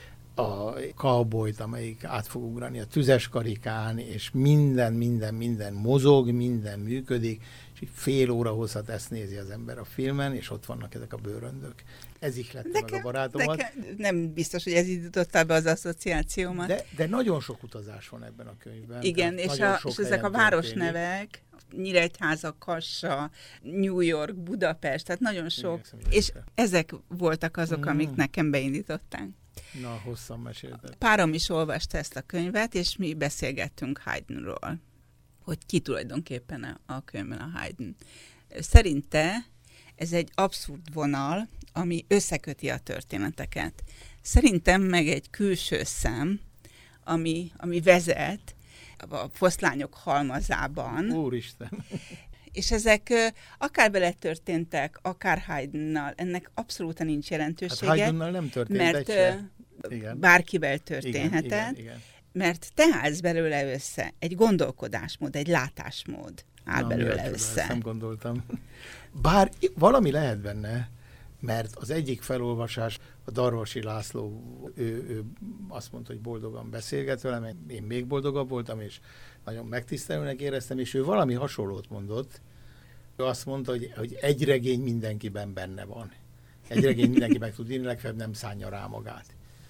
a cowboyt, amelyik át fog ugrani a tüzes karikán, és minden, minden, minden mozog, minden működik, és így fél óra hosszat ezt nézi az ember a filmen, és ott vannak ezek a bőröndök. Ez ihlette meg ke, a barátomat. Ke, nem biztos, hogy ez indította be az asszociációmat. De, de nagyon sok utazás van ebben a könyvben. Igen, és, a, és ezek a városnevek, Nyíregyháza, Kassa, New York, Budapest, tehát nagyon sok, és ezek voltak azok, amik mm. nekem beindították. Na, hosszan mesélted. Párom is olvasta ezt a könyvet, és mi beszélgettünk Haydnról, hogy ki tulajdonképpen a, a könyvben a Haydn. Szerinte ez egy abszurd vonal, ami összeköti a történeteket. Szerintem meg egy külső szem, ami, ami vezet a foszlányok halmazában. Úristen! És ezek akár beletörténtek, akár Haydnnal, ennek abszolút nincs jelentősége. Hát Haydnnal nem történt mert egy bárkivel történhetett, igen, igen, igen. mert te állsz belőle össze, egy gondolkodásmód, egy látásmód áll Na, belőle össze. Nem gondoltam. Bár valami lehet benne, mert az egyik felolvasás, a Darvasi László, ő, ő azt mondta, hogy boldogan beszélget velem, én még boldogabb voltam, és nagyon megtisztelőnek éreztem, és ő valami hasonlót mondott. Ő azt mondta, hogy, hogy egy regény mindenkiben benne van. Egy regény mindenki meg tud írni, legfeljebb nem szánja rá magát.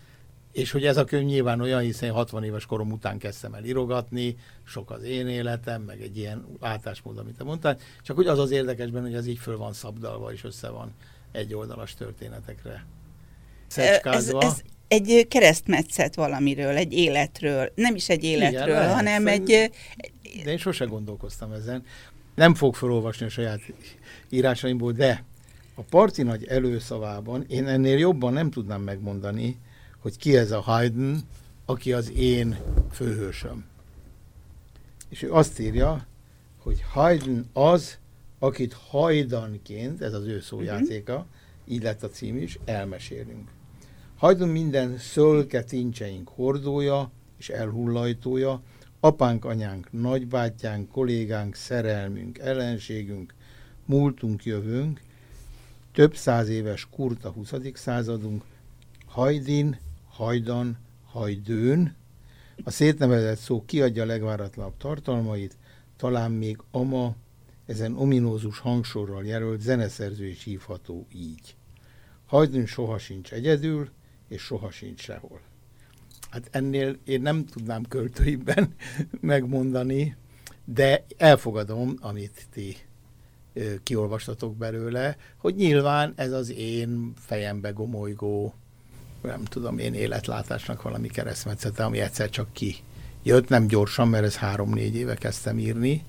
És hogy ez a könyv nyilván olyan, hiszen hatvan éves korom után kezdtem el írogatni, sok az én életem, meg egy ilyen látásmód, amit te mondtál, csak hogy az az érdekes benne, hogy ez így föl van szabdalva, és össze van egy oldalas történetekre szecskázva. Ez, ez egy keresztmetszet valamiről, egy életről, nem is egy életről, igen, lehet, hanem egy... De én sose gondolkoztam ezen. Nem fog felolvasni a saját írásaimból, de a Parti Nagy előszavában én ennél jobban nem tudnám megmondani, hogy ki ez a Haydn, aki az én főhősöm. És ő azt írja, hogy Haydn az, akit hajdanként, ez az ő szójátéka, uh-huh. így lett a cím is, elmesélünk. Haydn minden szölke tincseink hordója és elhullajtója, apánk, anyánk, nagybátyánk, kollégánk, szerelmünk, ellenségünk, múltunk, jövőnk, több száz éves kurta huszadik századunk, Haydn, Hajdan, Hajdőn, a szétnevezett szó kiadja a legváratlanabb tartalmait, talán még ama, ezen ominózus hangsorral jelölt zeneszerző is hívható így. Haydn soha sincs egyedül, és soha sincs sehol. Hát ennél én nem tudnám költőimben megmondani, de elfogadom, amit ti ö, kiolvastatok belőle, hogy nyilván ez az én fejembe gomolygó, nem tudom én, életlátásnak valami keresztmetszete, ami egyszer csak ki jött, nem gyorsan, mert ez három-négy éve kezdtem írni.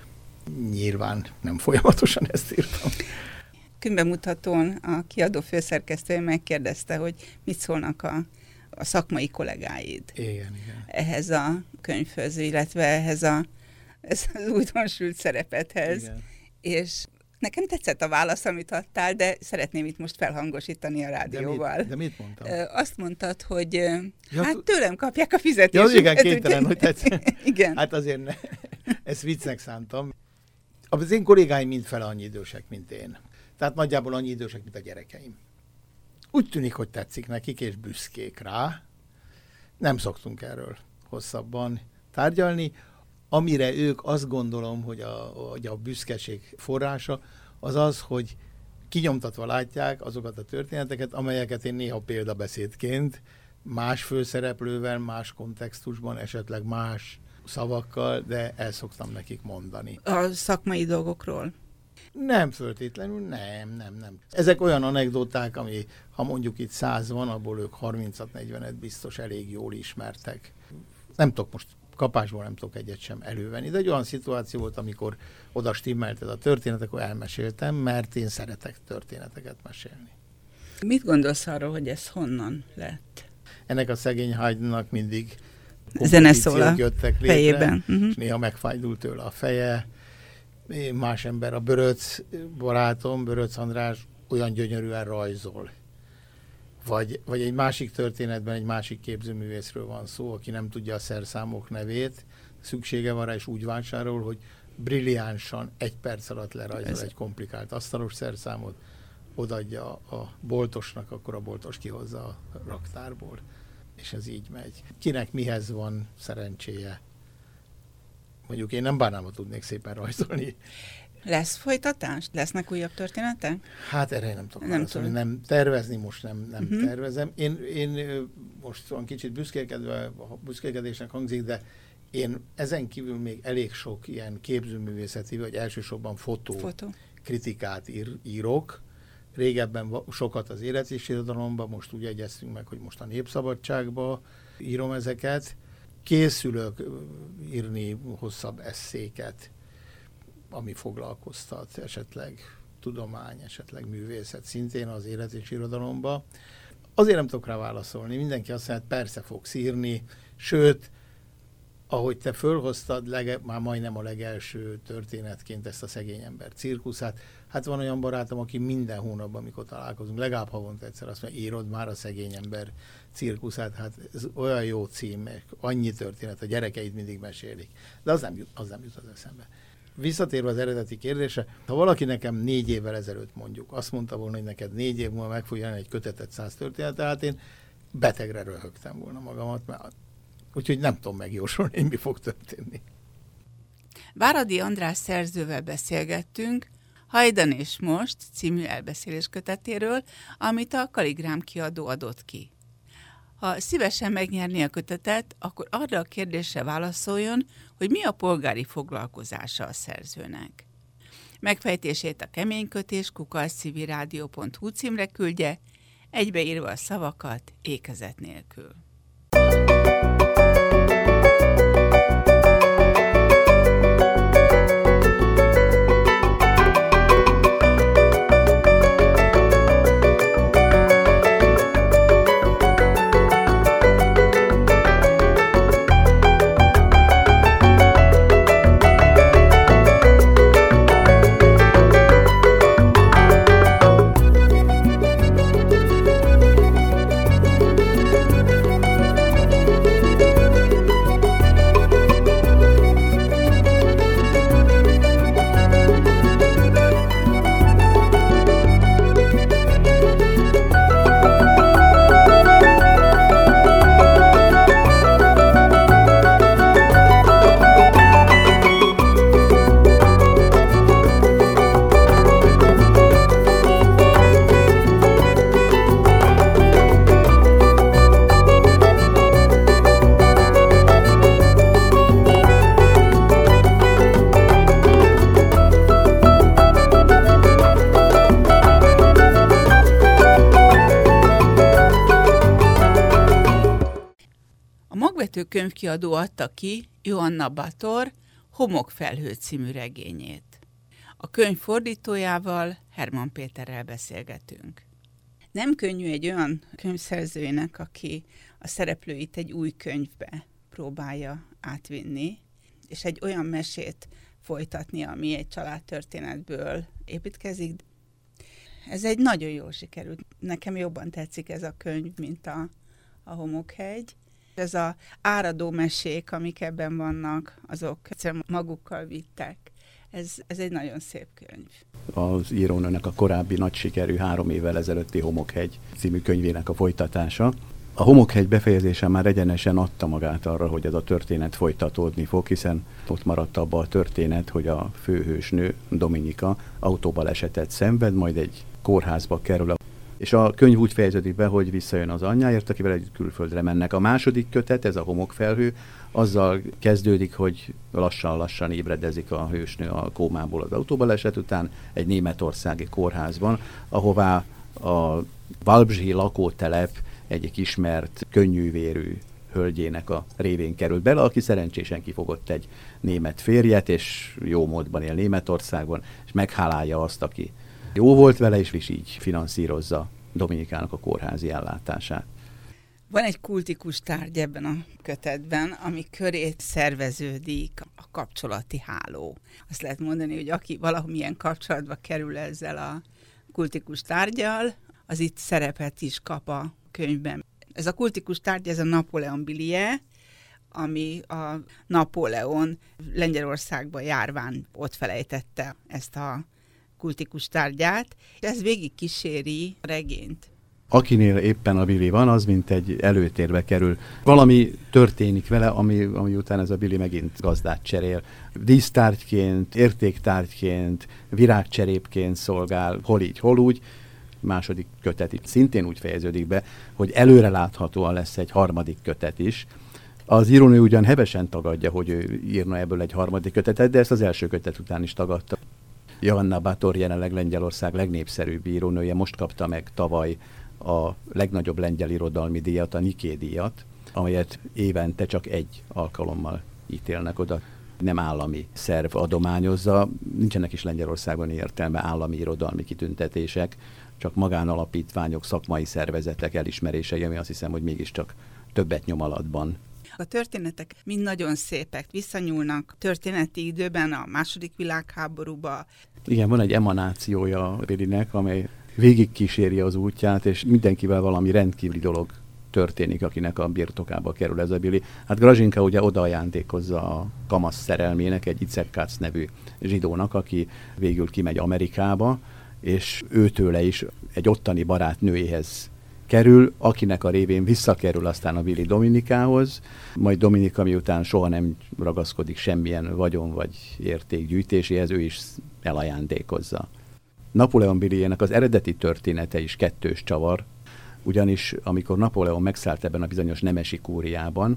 Nyilván nem folyamatosan ezt írtam. Könyvbemutatón a kiadó főszerkesztője megkérdezte, hogy mit szólnak a, a szakmai kollégáid igen, igen. ehhez a könyvhöz, illetve ehhez a, ez az újdonsült szerepethez. Igen. És nekem tetszett a válasz, amit adtál, de szeretném itt most felhangosítani a rádióval. De mit, de mit mondtam? Azt mondtad, hogy ja, hát tőlem kapják a fizetést. Ja, igen, kénytelen, hogy tetszett. Igen. Hát azért ne, ezt viccnek szántam. Az én kollégáim mindfele annyi idősek, mint én. Tehát nagyjából annyi idősek, mint a gyerekeim. Úgy tűnik, hogy tetszik nekik, és büszkék rá. Nem szoktunk erről hosszabban tárgyalni. Amire ők azt gondolom, hogy a, hogy a büszkeség forrása, az az, hogy kinyomtatva látják azokat a történeteket, amelyeket én néha példabeszédként más főszereplővel, más kontextusban, esetleg más szavakkal, de el szoktam nekik mondani. A szakmai dolgokról? Nem föltétlenül, nem, nem, nem. Ezek olyan anekdoták, ami, ha mondjuk itt száz van, abból ők harmincat-negyvenet biztos elég jól ismertek. Nem tudok most kapásból nem tudok egyet sem elővenni, de egy olyan szituáció volt, amikor oda stimmelted a történetet, akkor elmeséltem, mert én szeretek történeteket mesélni. Mit gondolsz arról, hogy ez honnan lett? Ennek a szegény Haydnnak mindig zene szól a jöttek létre, fejében. Uh-huh. És néha megfájdult tőle a feje. Más ember, a Böröc barátom, Böröc András olyan gyönyörűen rajzol. Vagy, vagy egy másik történetben egy másik képzőművészről van szó, aki nem tudja a szerszámok nevét, szüksége van rá, és úgy vásárol, hogy brilliánsan egy perc alatt lerajzol Ez. egy komplikált asztalos szerszámot, odaadja a boltosnak, akkor a boltos kihozza a raktárból. És ez így megy. Kinek mihez van szerencséje? Mondjuk én nem bánnám, ha tudnék szépen rajzolni. Lesz folytatás? Lesznek újabb történetek? Hát erre én nem tudok nem, tudom. nem tervezni, most nem, nem uh-huh. tervezem. Én, én most van kicsit büszkélkedve, büszkélkedésnek hangzik, de én ezen kívül még elég sok ilyen képzőművészeti, vagy elsősorban fotó, fotó. kritikát ír, írok. Régebben sokat az élet és irodalomban, most úgy egyeztünk meg, hogy most a Népszabadságban írom ezeket. Készülök írni hosszabb esszéket, ami foglalkoztat, esetleg tudomány, esetleg művészet, szintén az élet és irodalomba. Azért nem tudok rá válaszolni. Mindenki azt mondja, persze fogsz írni, sőt, ahogy te fölhoztad lege, már majdnem a legelső történetként ezt a szegény ember cirkuszát, hát van olyan barátom, aki minden hónapban, amikor találkozunk, legalább havonta egyszer azt mondja, írod már a szegény ember cirkuszát, hát ez olyan jó cím, annyi történet, a gyerekeid mindig mesélik. De az nem jut, az nem jut az eszembe. Visszatérve az eredeti kérdésre, ha valaki nekem négy évvel ezelőtt mondjuk azt mondta volna, hogy neked négy év múlva meg fog jelenni egy kötetet száz történet, tehát én betegre röhögtem volna magamat, mert úgyhogy nem tudom megjósolni, hogy mi fog történni. Váradi András szerzővel beszélgettünk Hajdan és Most című elbeszélés kötetéről, amit a Kaligrám kiadó adott ki. Ha szívesen megnyerni a kötetet, akkor arra a kérdésre válaszoljon, hogy mi a polgári foglalkozása a szerzőnek. Megfejtését a keménykötés kukac civilrádió pont hu címre küldje, egybeírva a szavakat ékezet nélkül. Könyvkiadó adta ki Joanna Bator Homokfelhő című regényét. A könyv fordítójával, Herman Péterrel beszélgetünk. Nem könnyű egy olyan könyvszerzőjének, aki a szereplőit egy új könyvbe próbálja átvinni, és egy olyan mesét folytatni, ami egy családtörténetből építkezik. Ez egy nagyon jól sikerült. Nekem jobban tetszik ez a könyv, mint a, a Homokhegy. Ez az áradó mesék, amik ebben vannak, azok egyszerűen magukkal vittek. Ez, ez egy nagyon szép könyv. Az írónőnek a korábbi nagy sikerű három évvel ezelőtti Homokhegy című könyvének a folytatása. A Homokhegy befejezése már egyenesen adta magát arra, hogy ez a történet folytatódni fog, hiszen ott maradt abba a történet, hogy a főhősnő, Dominika autóbalesetet szenved, majd egy kórházba kerül. És a könyv úgy fejeződik be, hogy visszajön az anyjáért, akivel együtt külföldre mennek. A második kötet, ez a Homokfelhő, azzal kezdődik, hogy lassan-lassan ébredezik a hősnő a kómából az autóbaleset után egy németországi kórházban, ahová a Valbzsi lakótelep egyik ismert, könnyűvérű hölgyének a révén került bele, aki szerencsésen kifogott egy német férjet, és jó módban él Németországban, és meghálálja azt, aki jó volt vele, és így finanszírozza Dominikának a kórházi ellátását. Van egy kultikus tárgy ebben a kötetben, ami köré szerveződik a kapcsolati háló. Azt lehet mondani, hogy aki valamilyen kapcsolatba kerül ezzel a kultikus tárgyal, az itt szerepet is kap a könyvben. Ez a kultikus tárgy, ez a Napóleon Billie, ami a Napóleon Lengyelországba járván ott felejtette ezt a kultikus tárgyát. Ez végig kíséri a regényt. Akinél éppen a Billie van, az mint egy előtérbe kerül. Valami történik vele, ami, ami után ez a Billie megint gazdát cserél. Dísztárgyként, értéktárgyként, virágcserépként szolgál, hol így, hol úgy. Második kötet itt szintén úgy fejeződik be, hogy előreláthatóan lesz egy harmadik kötet is. Az írónő ugyan hevesen tagadja, hogy ő írna ebből egy harmadik kötetet, de ezt az első kötet után is tagadta. Johanna Bátor jelenleg Lengyelország legnépszerűbb írónője, most kapta meg tavaly a legnagyobb lengyel irodalmi díjat, a Niké díjat, amelyet évente csak egy alkalommal ítélnek oda. Nem állami szerv adományozza, nincsenek is Lengyelországban értelme állami irodalmi kitüntetések, csak magánalapítványok, szakmai szervezetek elismerései, ami azt hiszem, hogy mégiscsak többet nyom alatban. A történetek mind nagyon szépek, visszanyúlnak történeti időben, a második világháborúba. Igen, van egy emanációja Billie-nek, amely végigkíséri az útját, és mindenkivel valami rendkívüli dolog történik, akinek a birtokába kerül ez a Billie. Hát Grazsinka ugye odaajándékozza a kamasz szerelmének, egy Icek Katz nevű zsidónak, aki végül kimegy Amerikába, és őtőle is egy ottani barátnőjéhez kerül, akinek a révén visszakerül aztán a Billie Dominikához, majd Dominika miután soha nem ragaszkodik semmilyen vagyon vagy értékgyűjtéséhez, ő is elajándékozza. Napóleon Billie-nek az eredeti története is kettős csavar, ugyanis amikor Napóleon megszállt ebben a bizonyos nemesi kúriában,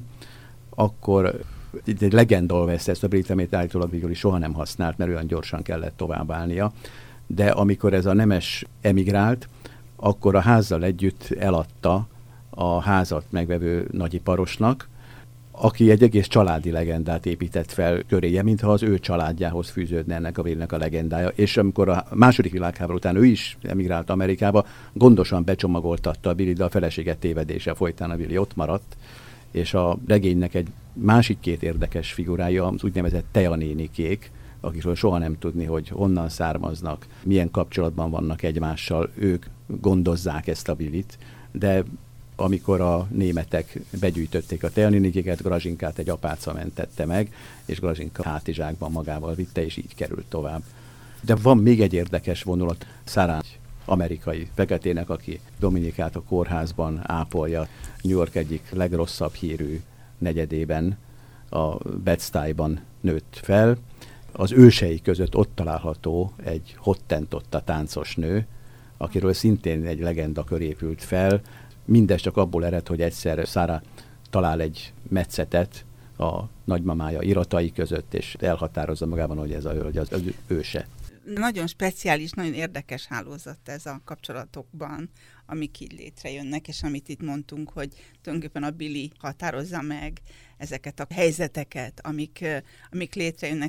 akkor egy legenda vesz ezt a Billie-t, amit állítólag végül is soha nem használt, mert olyan gyorsan kellett továbbállnia, de amikor ez a nemes emigrált, akkor a házzal együtt eladta a házat megvevő nagyiparosnak, aki egy egész családi legendát épített fel köréje, mintha az ő családjához fűződne ennek a Billie-nek a legendája. És amikor a második világháború után ő is emigrált Amerikába, gondosan becsomagoltatta a Billie, de a feleséget tévedése folytán a Billie ott maradt, és a regénynek egy másik két érdekes figurája az úgynevezett teanénikék, akikről soha nem tudni, hogy honnan származnak, milyen kapcsolatban vannak egymással, ők gondozzák ezt a Billie-t, de amikor a németek begyűjtötték a teanénikéket, Grazsinkát egy apáca mentette meg, és Grazsinka hátizsákban magával vitte, és így került tovább. De van még egy érdekes vonulat, Sarah, amerikai feketének, aki Dominikát a kórházban ápolja, New York egyik legrosszabb hírű negyedében, a Bed-Stuy-ban nőtt fel. Az ősei között ott található egy Hottentotta táncos nő, akiről szintén egy legenda kör épült fel. Mindez csak abból ered, hogy egyszer Sarah talál egy metszetet a nagymamája iratai között, és elhatározza magában, hogy ez a hölgy az, az őse. Nagyon speciális, nagyon érdekes hálózat ez a kapcsolatokban, amik így létrejönnek, és amit itt mondtunk, hogy tulajdonképpen a Billie határozza meg ezeket a helyzeteket, amik, amik létrejönnek.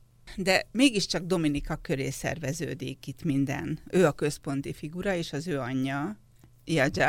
De mégiscsak Dominika köré szerveződik itt minden. Ő a központi figura, és az ő anyja, Iadzsa.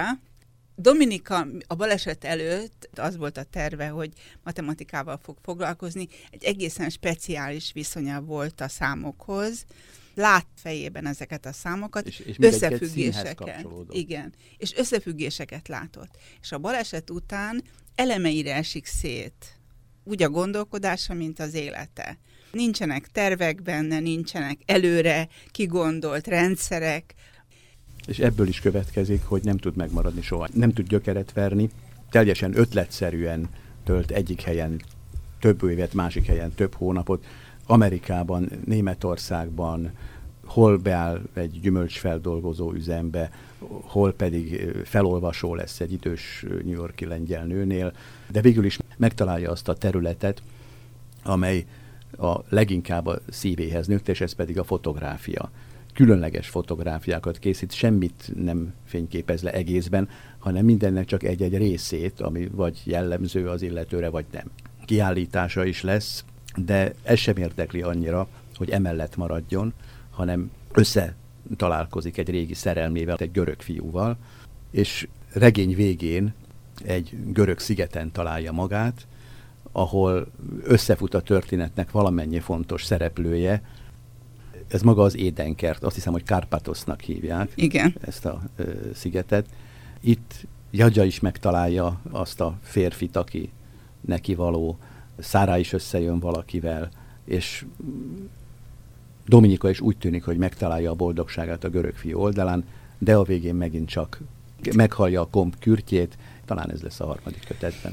Dominika a baleset előtt az volt a terve, hogy matematikával fog foglalkozni. Egy egészen speciális viszonya volt a számokhoz. Lát fejében ezeket a számokat, és, és összefüggéseket. Igen, és összefüggéseket látott. És a baleset után elemeire esik szét. Úgy a gondolkodása, mint az élete. Nincsenek tervek benne, nincsenek előre kigondolt rendszerek. És ebből is következik, hogy nem tud megmaradni soha. Nem tud gyökeret verni, teljesen ötletszerűen tölt egyik helyen több évet, másik helyen több hónapot. Amerikában, Németországban, hol beáll egy gyümölcsfeldolgozó üzembe, hol pedig felolvasó lesz egy idős New York-i lengyel nőnél, de végül is megtalálja azt a területet, amely a leginkább a szívéhez nőtt, és ez pedig a fotográfia. Különleges fotográfiákat készít, semmit nem fényképez le egészben, hanem mindennek csak egy-egy részét, ami vagy jellemző az illetőre, vagy nem. Kiállítása is lesz, de ez sem érdekli annyira, hogy emellett maradjon, hanem összetalálkozik egy régi szerelmével, egy görög fiúval, és regény végén egy görög szigeten találja magát, ahol összefut a történetnek valamennyi fontos szereplője. ez maga az Édenkert, azt hiszem, hogy Kárpátosznak hívják. Igen. Ezt a ö, szigetet. Itt Jadzsa is megtalálja azt a férfit, aki neki való, Szárá is összejön valakivel, és Dominika is úgy tűnik, hogy megtalálja a boldogságát a görög fiú oldalán, de a végén megint csak meghallja a komp kürtjét, talán ez lesz a harmadik kötetben.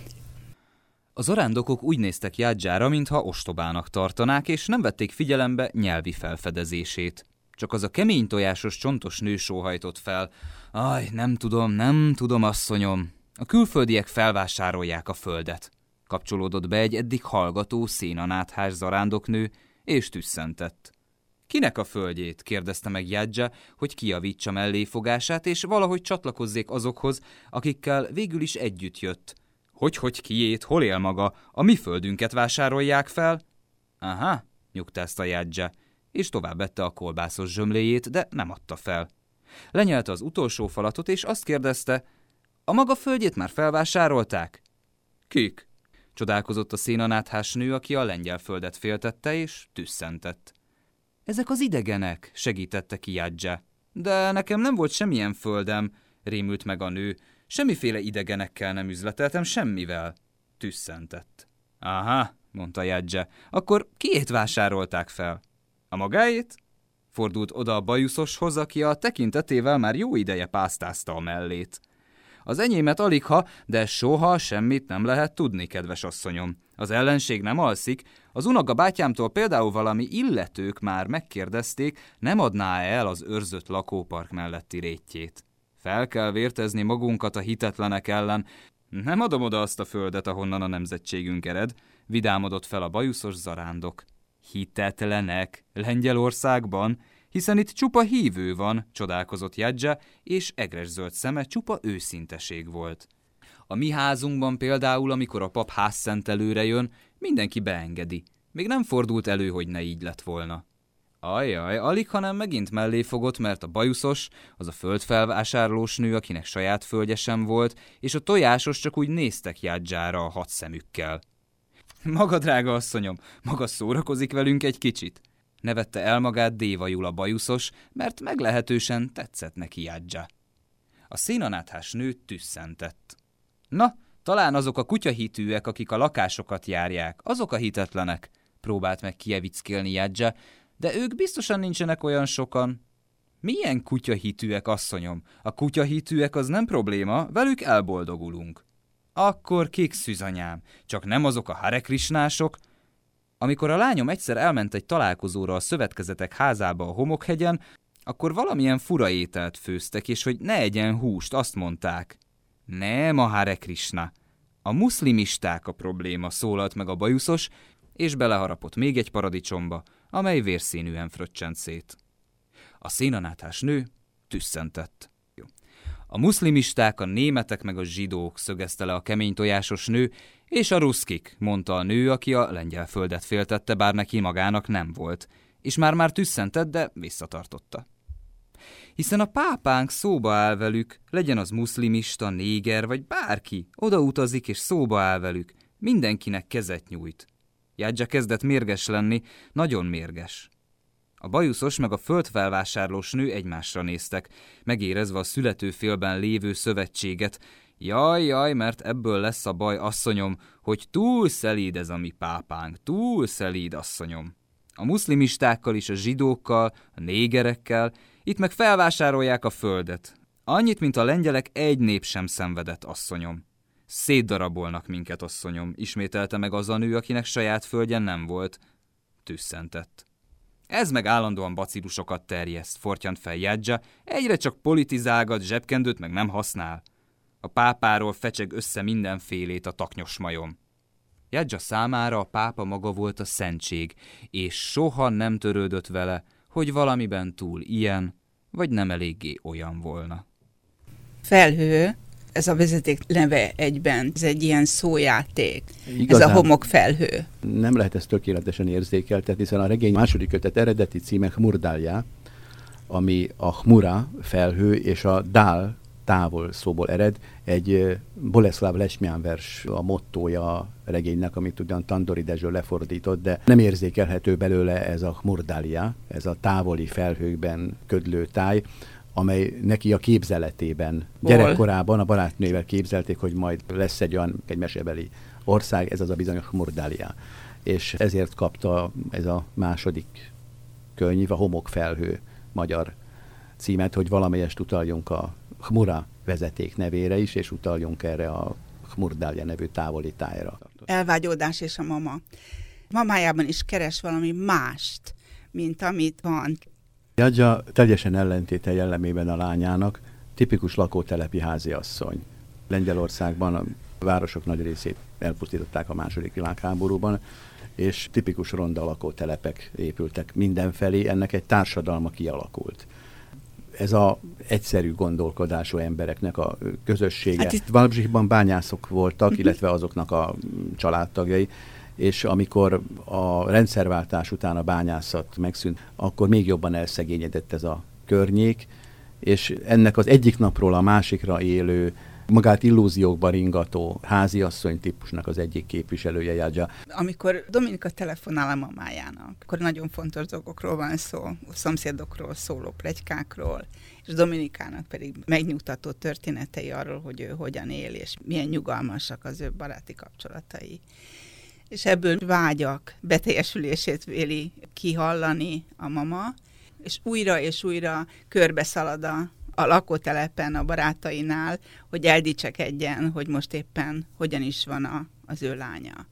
A zarándokok úgy néztek Jadzsára, mintha ostobának tartanák, és nem vették figyelembe nyelvi felfedezését. Csak az a kemény tojásos, csontos nő sóhajtott fel. Aj, nem tudom, nem tudom, asszonyom. A külföldiek felvásárolják a földet. Kapcsolódott be egy eddig hallgató, szénanáthás zarándoknő, és tüsszentett. Kinek a földjét? Kérdezte meg Jadzsa, hogy kijavítsa melléfogását, és valahogy csatlakozzék azokhoz, akikkel végül is együtt jött. Hogy-hogy kiét, hol él maga? A mi földünket vásárolják fel? Aha, nyugtázta Jadzsa, és tovább vette a kolbászos zsömléjét, de nem adta fel. Lenyelte az utolsó falatot, és azt kérdezte, a maga földjét már felvásárolták? Kik? Csodálkozott a szénanáthás nő, aki a lengyel földet féltette, és tüsszentett. Ezek az idegenek, segítette ki Jadzsa. De nekem nem volt semmilyen földem, rémült meg a nő. Semmiféle idegenekkel nem üzleteltem, semmivel. Tüsszentett. Aha, mondta Jadzsa, akkor kiét vásárolták fel? A magáét? Fordult oda a bajuszoshoz, aki a tekintetével már jó ideje pásztázta a mellét. Az enyémet aligha, de soha semmit nem lehet tudni, kedves asszonyom. Az ellenség nem alszik. Az unoka bátyámtól például valami illetők már megkérdezték, nem adná el az őrzött lakópark melletti rétjét. Fel kell vértezni magunkat a hitetlenek ellen. Nem adom oda azt a földet, ahonnan a nemzetségünk ered, vidámodott fel a bajuszos zarándok. Hitetlenek? Lengyelországban? Hiszen itt csupa hívő van, csodálkozott Jadzsa, és egres-zöld szeme csupa őszinteség volt. A mi házunkban például, amikor a pap házszentelőre jön, mindenki beengedi. Még nem fordult elő, hogy ne így lett volna. Ajjaj, alig, hanem megint mellé fogott, mert a bajuszos, az a földfelvásárlós nő, akinek saját földje sem volt, és a tojásos csak úgy néztek Jadzsára a hat szemükkel. Maga, drága asszonyom, maga szórakozik velünk egy kicsit? Nevette el magát Déva Jula bajuszos, mert meglehetősen tetszett neki Jadzsa. A szénanáthás nő tüsszentett. Na, talán azok a kutyahitűek, akik a lakásokat járják, azok a hitetlenek, próbált meg kijevickélni Jadzsa, de ők biztosan nincsenek olyan sokan. Milyen kutyahitűek, asszonyom? A kutyahitűek az nem probléma, velük elboldogulunk. Akkor kik, szűzanyám, csak nem azok a Hare Krisnások? Amikor a lányom egyszer elment egy találkozóra a szövetkezetek házába a Homokhegyen, akkor valamilyen fura ételt főztek, és hogy ne egyen húst, azt mondták. Nem a Hare Krishna. A muszlimisták a probléma, szólalt meg a bajuszos, és beleharapott még egy paradicsomba, amely vérszínűen fröccsent szét. A szénanáthás nő tüsszentett. A muszlimisták, a németek meg a zsidók, szögezte le a kemény tojásos nő, és a ruszkik, mondta a nő, aki a lengyel földet féltette, bár neki magának nem volt, és már-már tüsszentett, de visszatartotta. Hiszen a pápánk szóba áll velük, legyen az muszlimista, néger vagy bárki, odautazik és szóba áll velük, mindenkinek kezet nyújt. Jadzsa kezdett mérges lenni, nagyon mérges. A bajuszos meg a földfelvásárlós nő egymásra néztek, megérezve a születőfélben lévő szövetséget. Jaj, jaj, mert ebből lesz a baj, asszonyom, hogy túl szelíd ez a mi pápánk, túl szelíd, asszonyom. A muszlimistákkal és a zsidókkal, a négerekkel, itt meg felvásárolják a földet. Annyit, mint a lengyelek, egy nép sem szenvedett, asszonyom. Szétdarabolnak minket, asszonyom, ismételte meg az a nő, akinek saját földje nem volt. Tüsszentett. Ez meg állandóan bacillusokat terjeszt, fortyant fel Jadzsa, egyre csak politizálgat, zsebkendőt meg nem használ. A pápáról fecseg össze mindenfélét a taknyos majom. Jadzsa számára a pápa maga volt a szentség, és soha nem törődött vele, hogy valamiben túl ilyen, vagy nem eléggé olyan volna. Felhő, ez a vezeték neve egyben, ez egy ilyen szójáték. Igazán ez a homokfelhő. Nem lehet ezt tökéletesen érzékeltetni, hiszen a regény második kötet eredeti címe Hmurdálja, ami a Hmura felhő és a Dál távol szóból ered. Egy Boleszláv Lesmján vers a mottója a regénynek, amit ugyan Tandori Dezső lefordított, de nem érzékelhető belőle ez a Khmurdalia, ez a távoli felhőkben ködlő táj, amely neki a képzeletében, gyerekkorában a barátnővel képzelték, hogy majd lesz egy olyan, egy mesebeli ország, ez az a bizonyos Khmurdalia. És ezért kapta ez a második könyv, a Homokfelhő magyar címet, hogy valamelyest utaljunk a Khmura vezeték nevére is, és utaljunk erre a Khmurdalia nevű távoli tájra. Elvágyódás és a mama. Mamájában is keres valami mást, mint amit van. Jadzsa teljesen ellentéte jellemében a lányának, tipikus lakótelepi háziasszony. Lengyelországban a városok nagy részét elpusztították a második világháborúban, és tipikus ronda lakótelepek épültek mindenfelé, ennek egy társadalma kialakult. Ez az egyszerű gondolkodású embereknek a közössége. Hát itt Valbzsikban bányászok voltak, uh-huh. illetve azoknak a családtagjai, és amikor a rendszerváltás után a bányászat megszűnt, akkor még jobban elszegényedett ez a környék, és ennek az egyik napról a másikra élő, magát illúziókba ringató háziasszony típusnak az egyik képviselője Jadzsa. Amikor Dominika telefonál a mamájának, akkor nagyon fontos dolgokról van szó, a szomszédokról szóló pletykákról, és Dominikának pedig megnyugtató történetei arról, hogy ő hogyan él, és milyen nyugalmasak az ő baráti kapcsolatai. És ebből vágyak beteljesülését véli kihallani a mama, és újra és újra körbeszalad a a lakótelepen, a barátainál, hogy eldicsekedjen, hogy most éppen hogyan is van a, az ő lánya.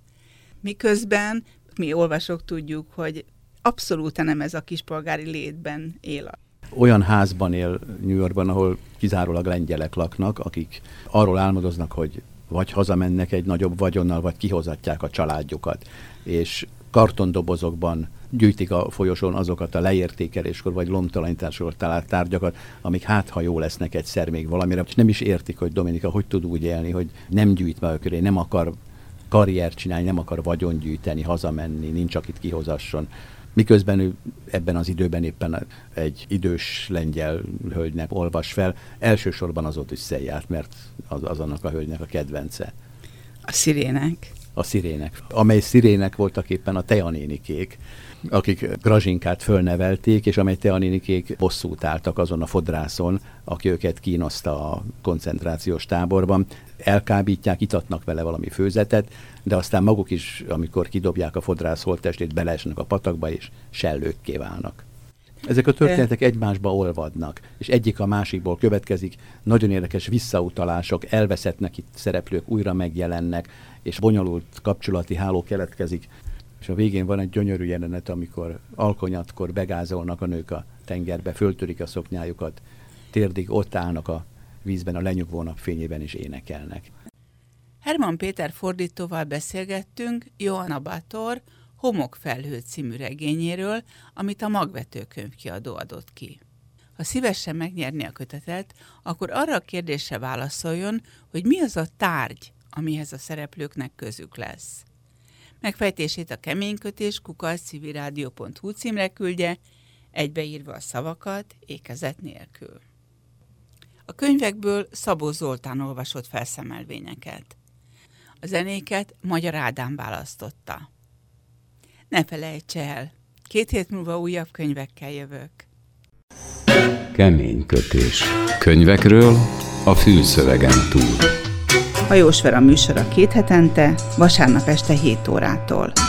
Miközben mi olvasók tudjuk, hogy abszolút nem ez a kispolgári létben él. Olyan házban él New Yorkban, ahol kizárólag lengyelek laknak, akik arról álmodoznak, hogy vagy hazamennek egy nagyobb vagyonnal, vagy kihozatják a családjukat, és kartondobozokban gyűjtik a folyosón azokat a leértékeléskor vagy lomtalanításról talált tárgyakat, amik hát, ha jó lesznek egyszer még valamire, és nem is értik, hogy Dominika hogy tud úgy élni, hogy nem gyűjt be a köré, nem akar karriert csinálni, nem akar vagyon gyűjteni, hazamenni, nincs akit kihozasson. Miközben ő ebben az időben éppen egy idős lengyel hölgynek olvas fel, elsősorban az Odüsszeiát, mert az, az annak a hölgynek a kedvence. A szirének. A szirének, amely szirének voltak éppen a teanénikék, akik Grazsinkát fölnevelték, és amely teanénikék bosszút álltak azon a fodrászon, aki őket kínoszta a koncentrációs táborban. Elkábítják, itatnak vele valami főzetet, de aztán maguk is, amikor kidobják a fodrász holttestét, beleesnek a patakba, és sellőkké válnak. Ezek a történetek egymásba olvadnak, és egyik a másikból következik, nagyon érdekes visszautalások, elveszettnek itt szereplők, újra megjelennek, és bonyolult kapcsolati háló keletkezik. És a végén van egy gyönyörű jelenet, amikor alkonyatkor begázolnak a nők a tengerbe, föltörik a szoknyájukat, térdig ott állnak a vízben a lenyugvó napfényében és énekelnek. Hermann Péter fordítóval beszélgettünk Johanna Bátor Homokfelhő című regényéről, amit a Magvető könyvkiadó adott ki. Ha szívesen megnyerni a kötetet, akkor arra a kérdésre válaszoljon, hogy mi az a tárgy, amihez a szereplőknek közük lesz. Megfejtését a keménykötés kukac civilrádió pont hu címre küldje, egybeírva a szavakat, ékezet nélkül. A könyvekből Szabó Zoltán olvasott felszemelvényeket. A zenéket Magyar Ádám választotta. Ne felejts el, két hét múlva újabb könyvekkel jövök. Kemény kötés. Könyvekről a fülszövegen túl. Hajós Vera műsora két hetente, vasárnap este hét órától.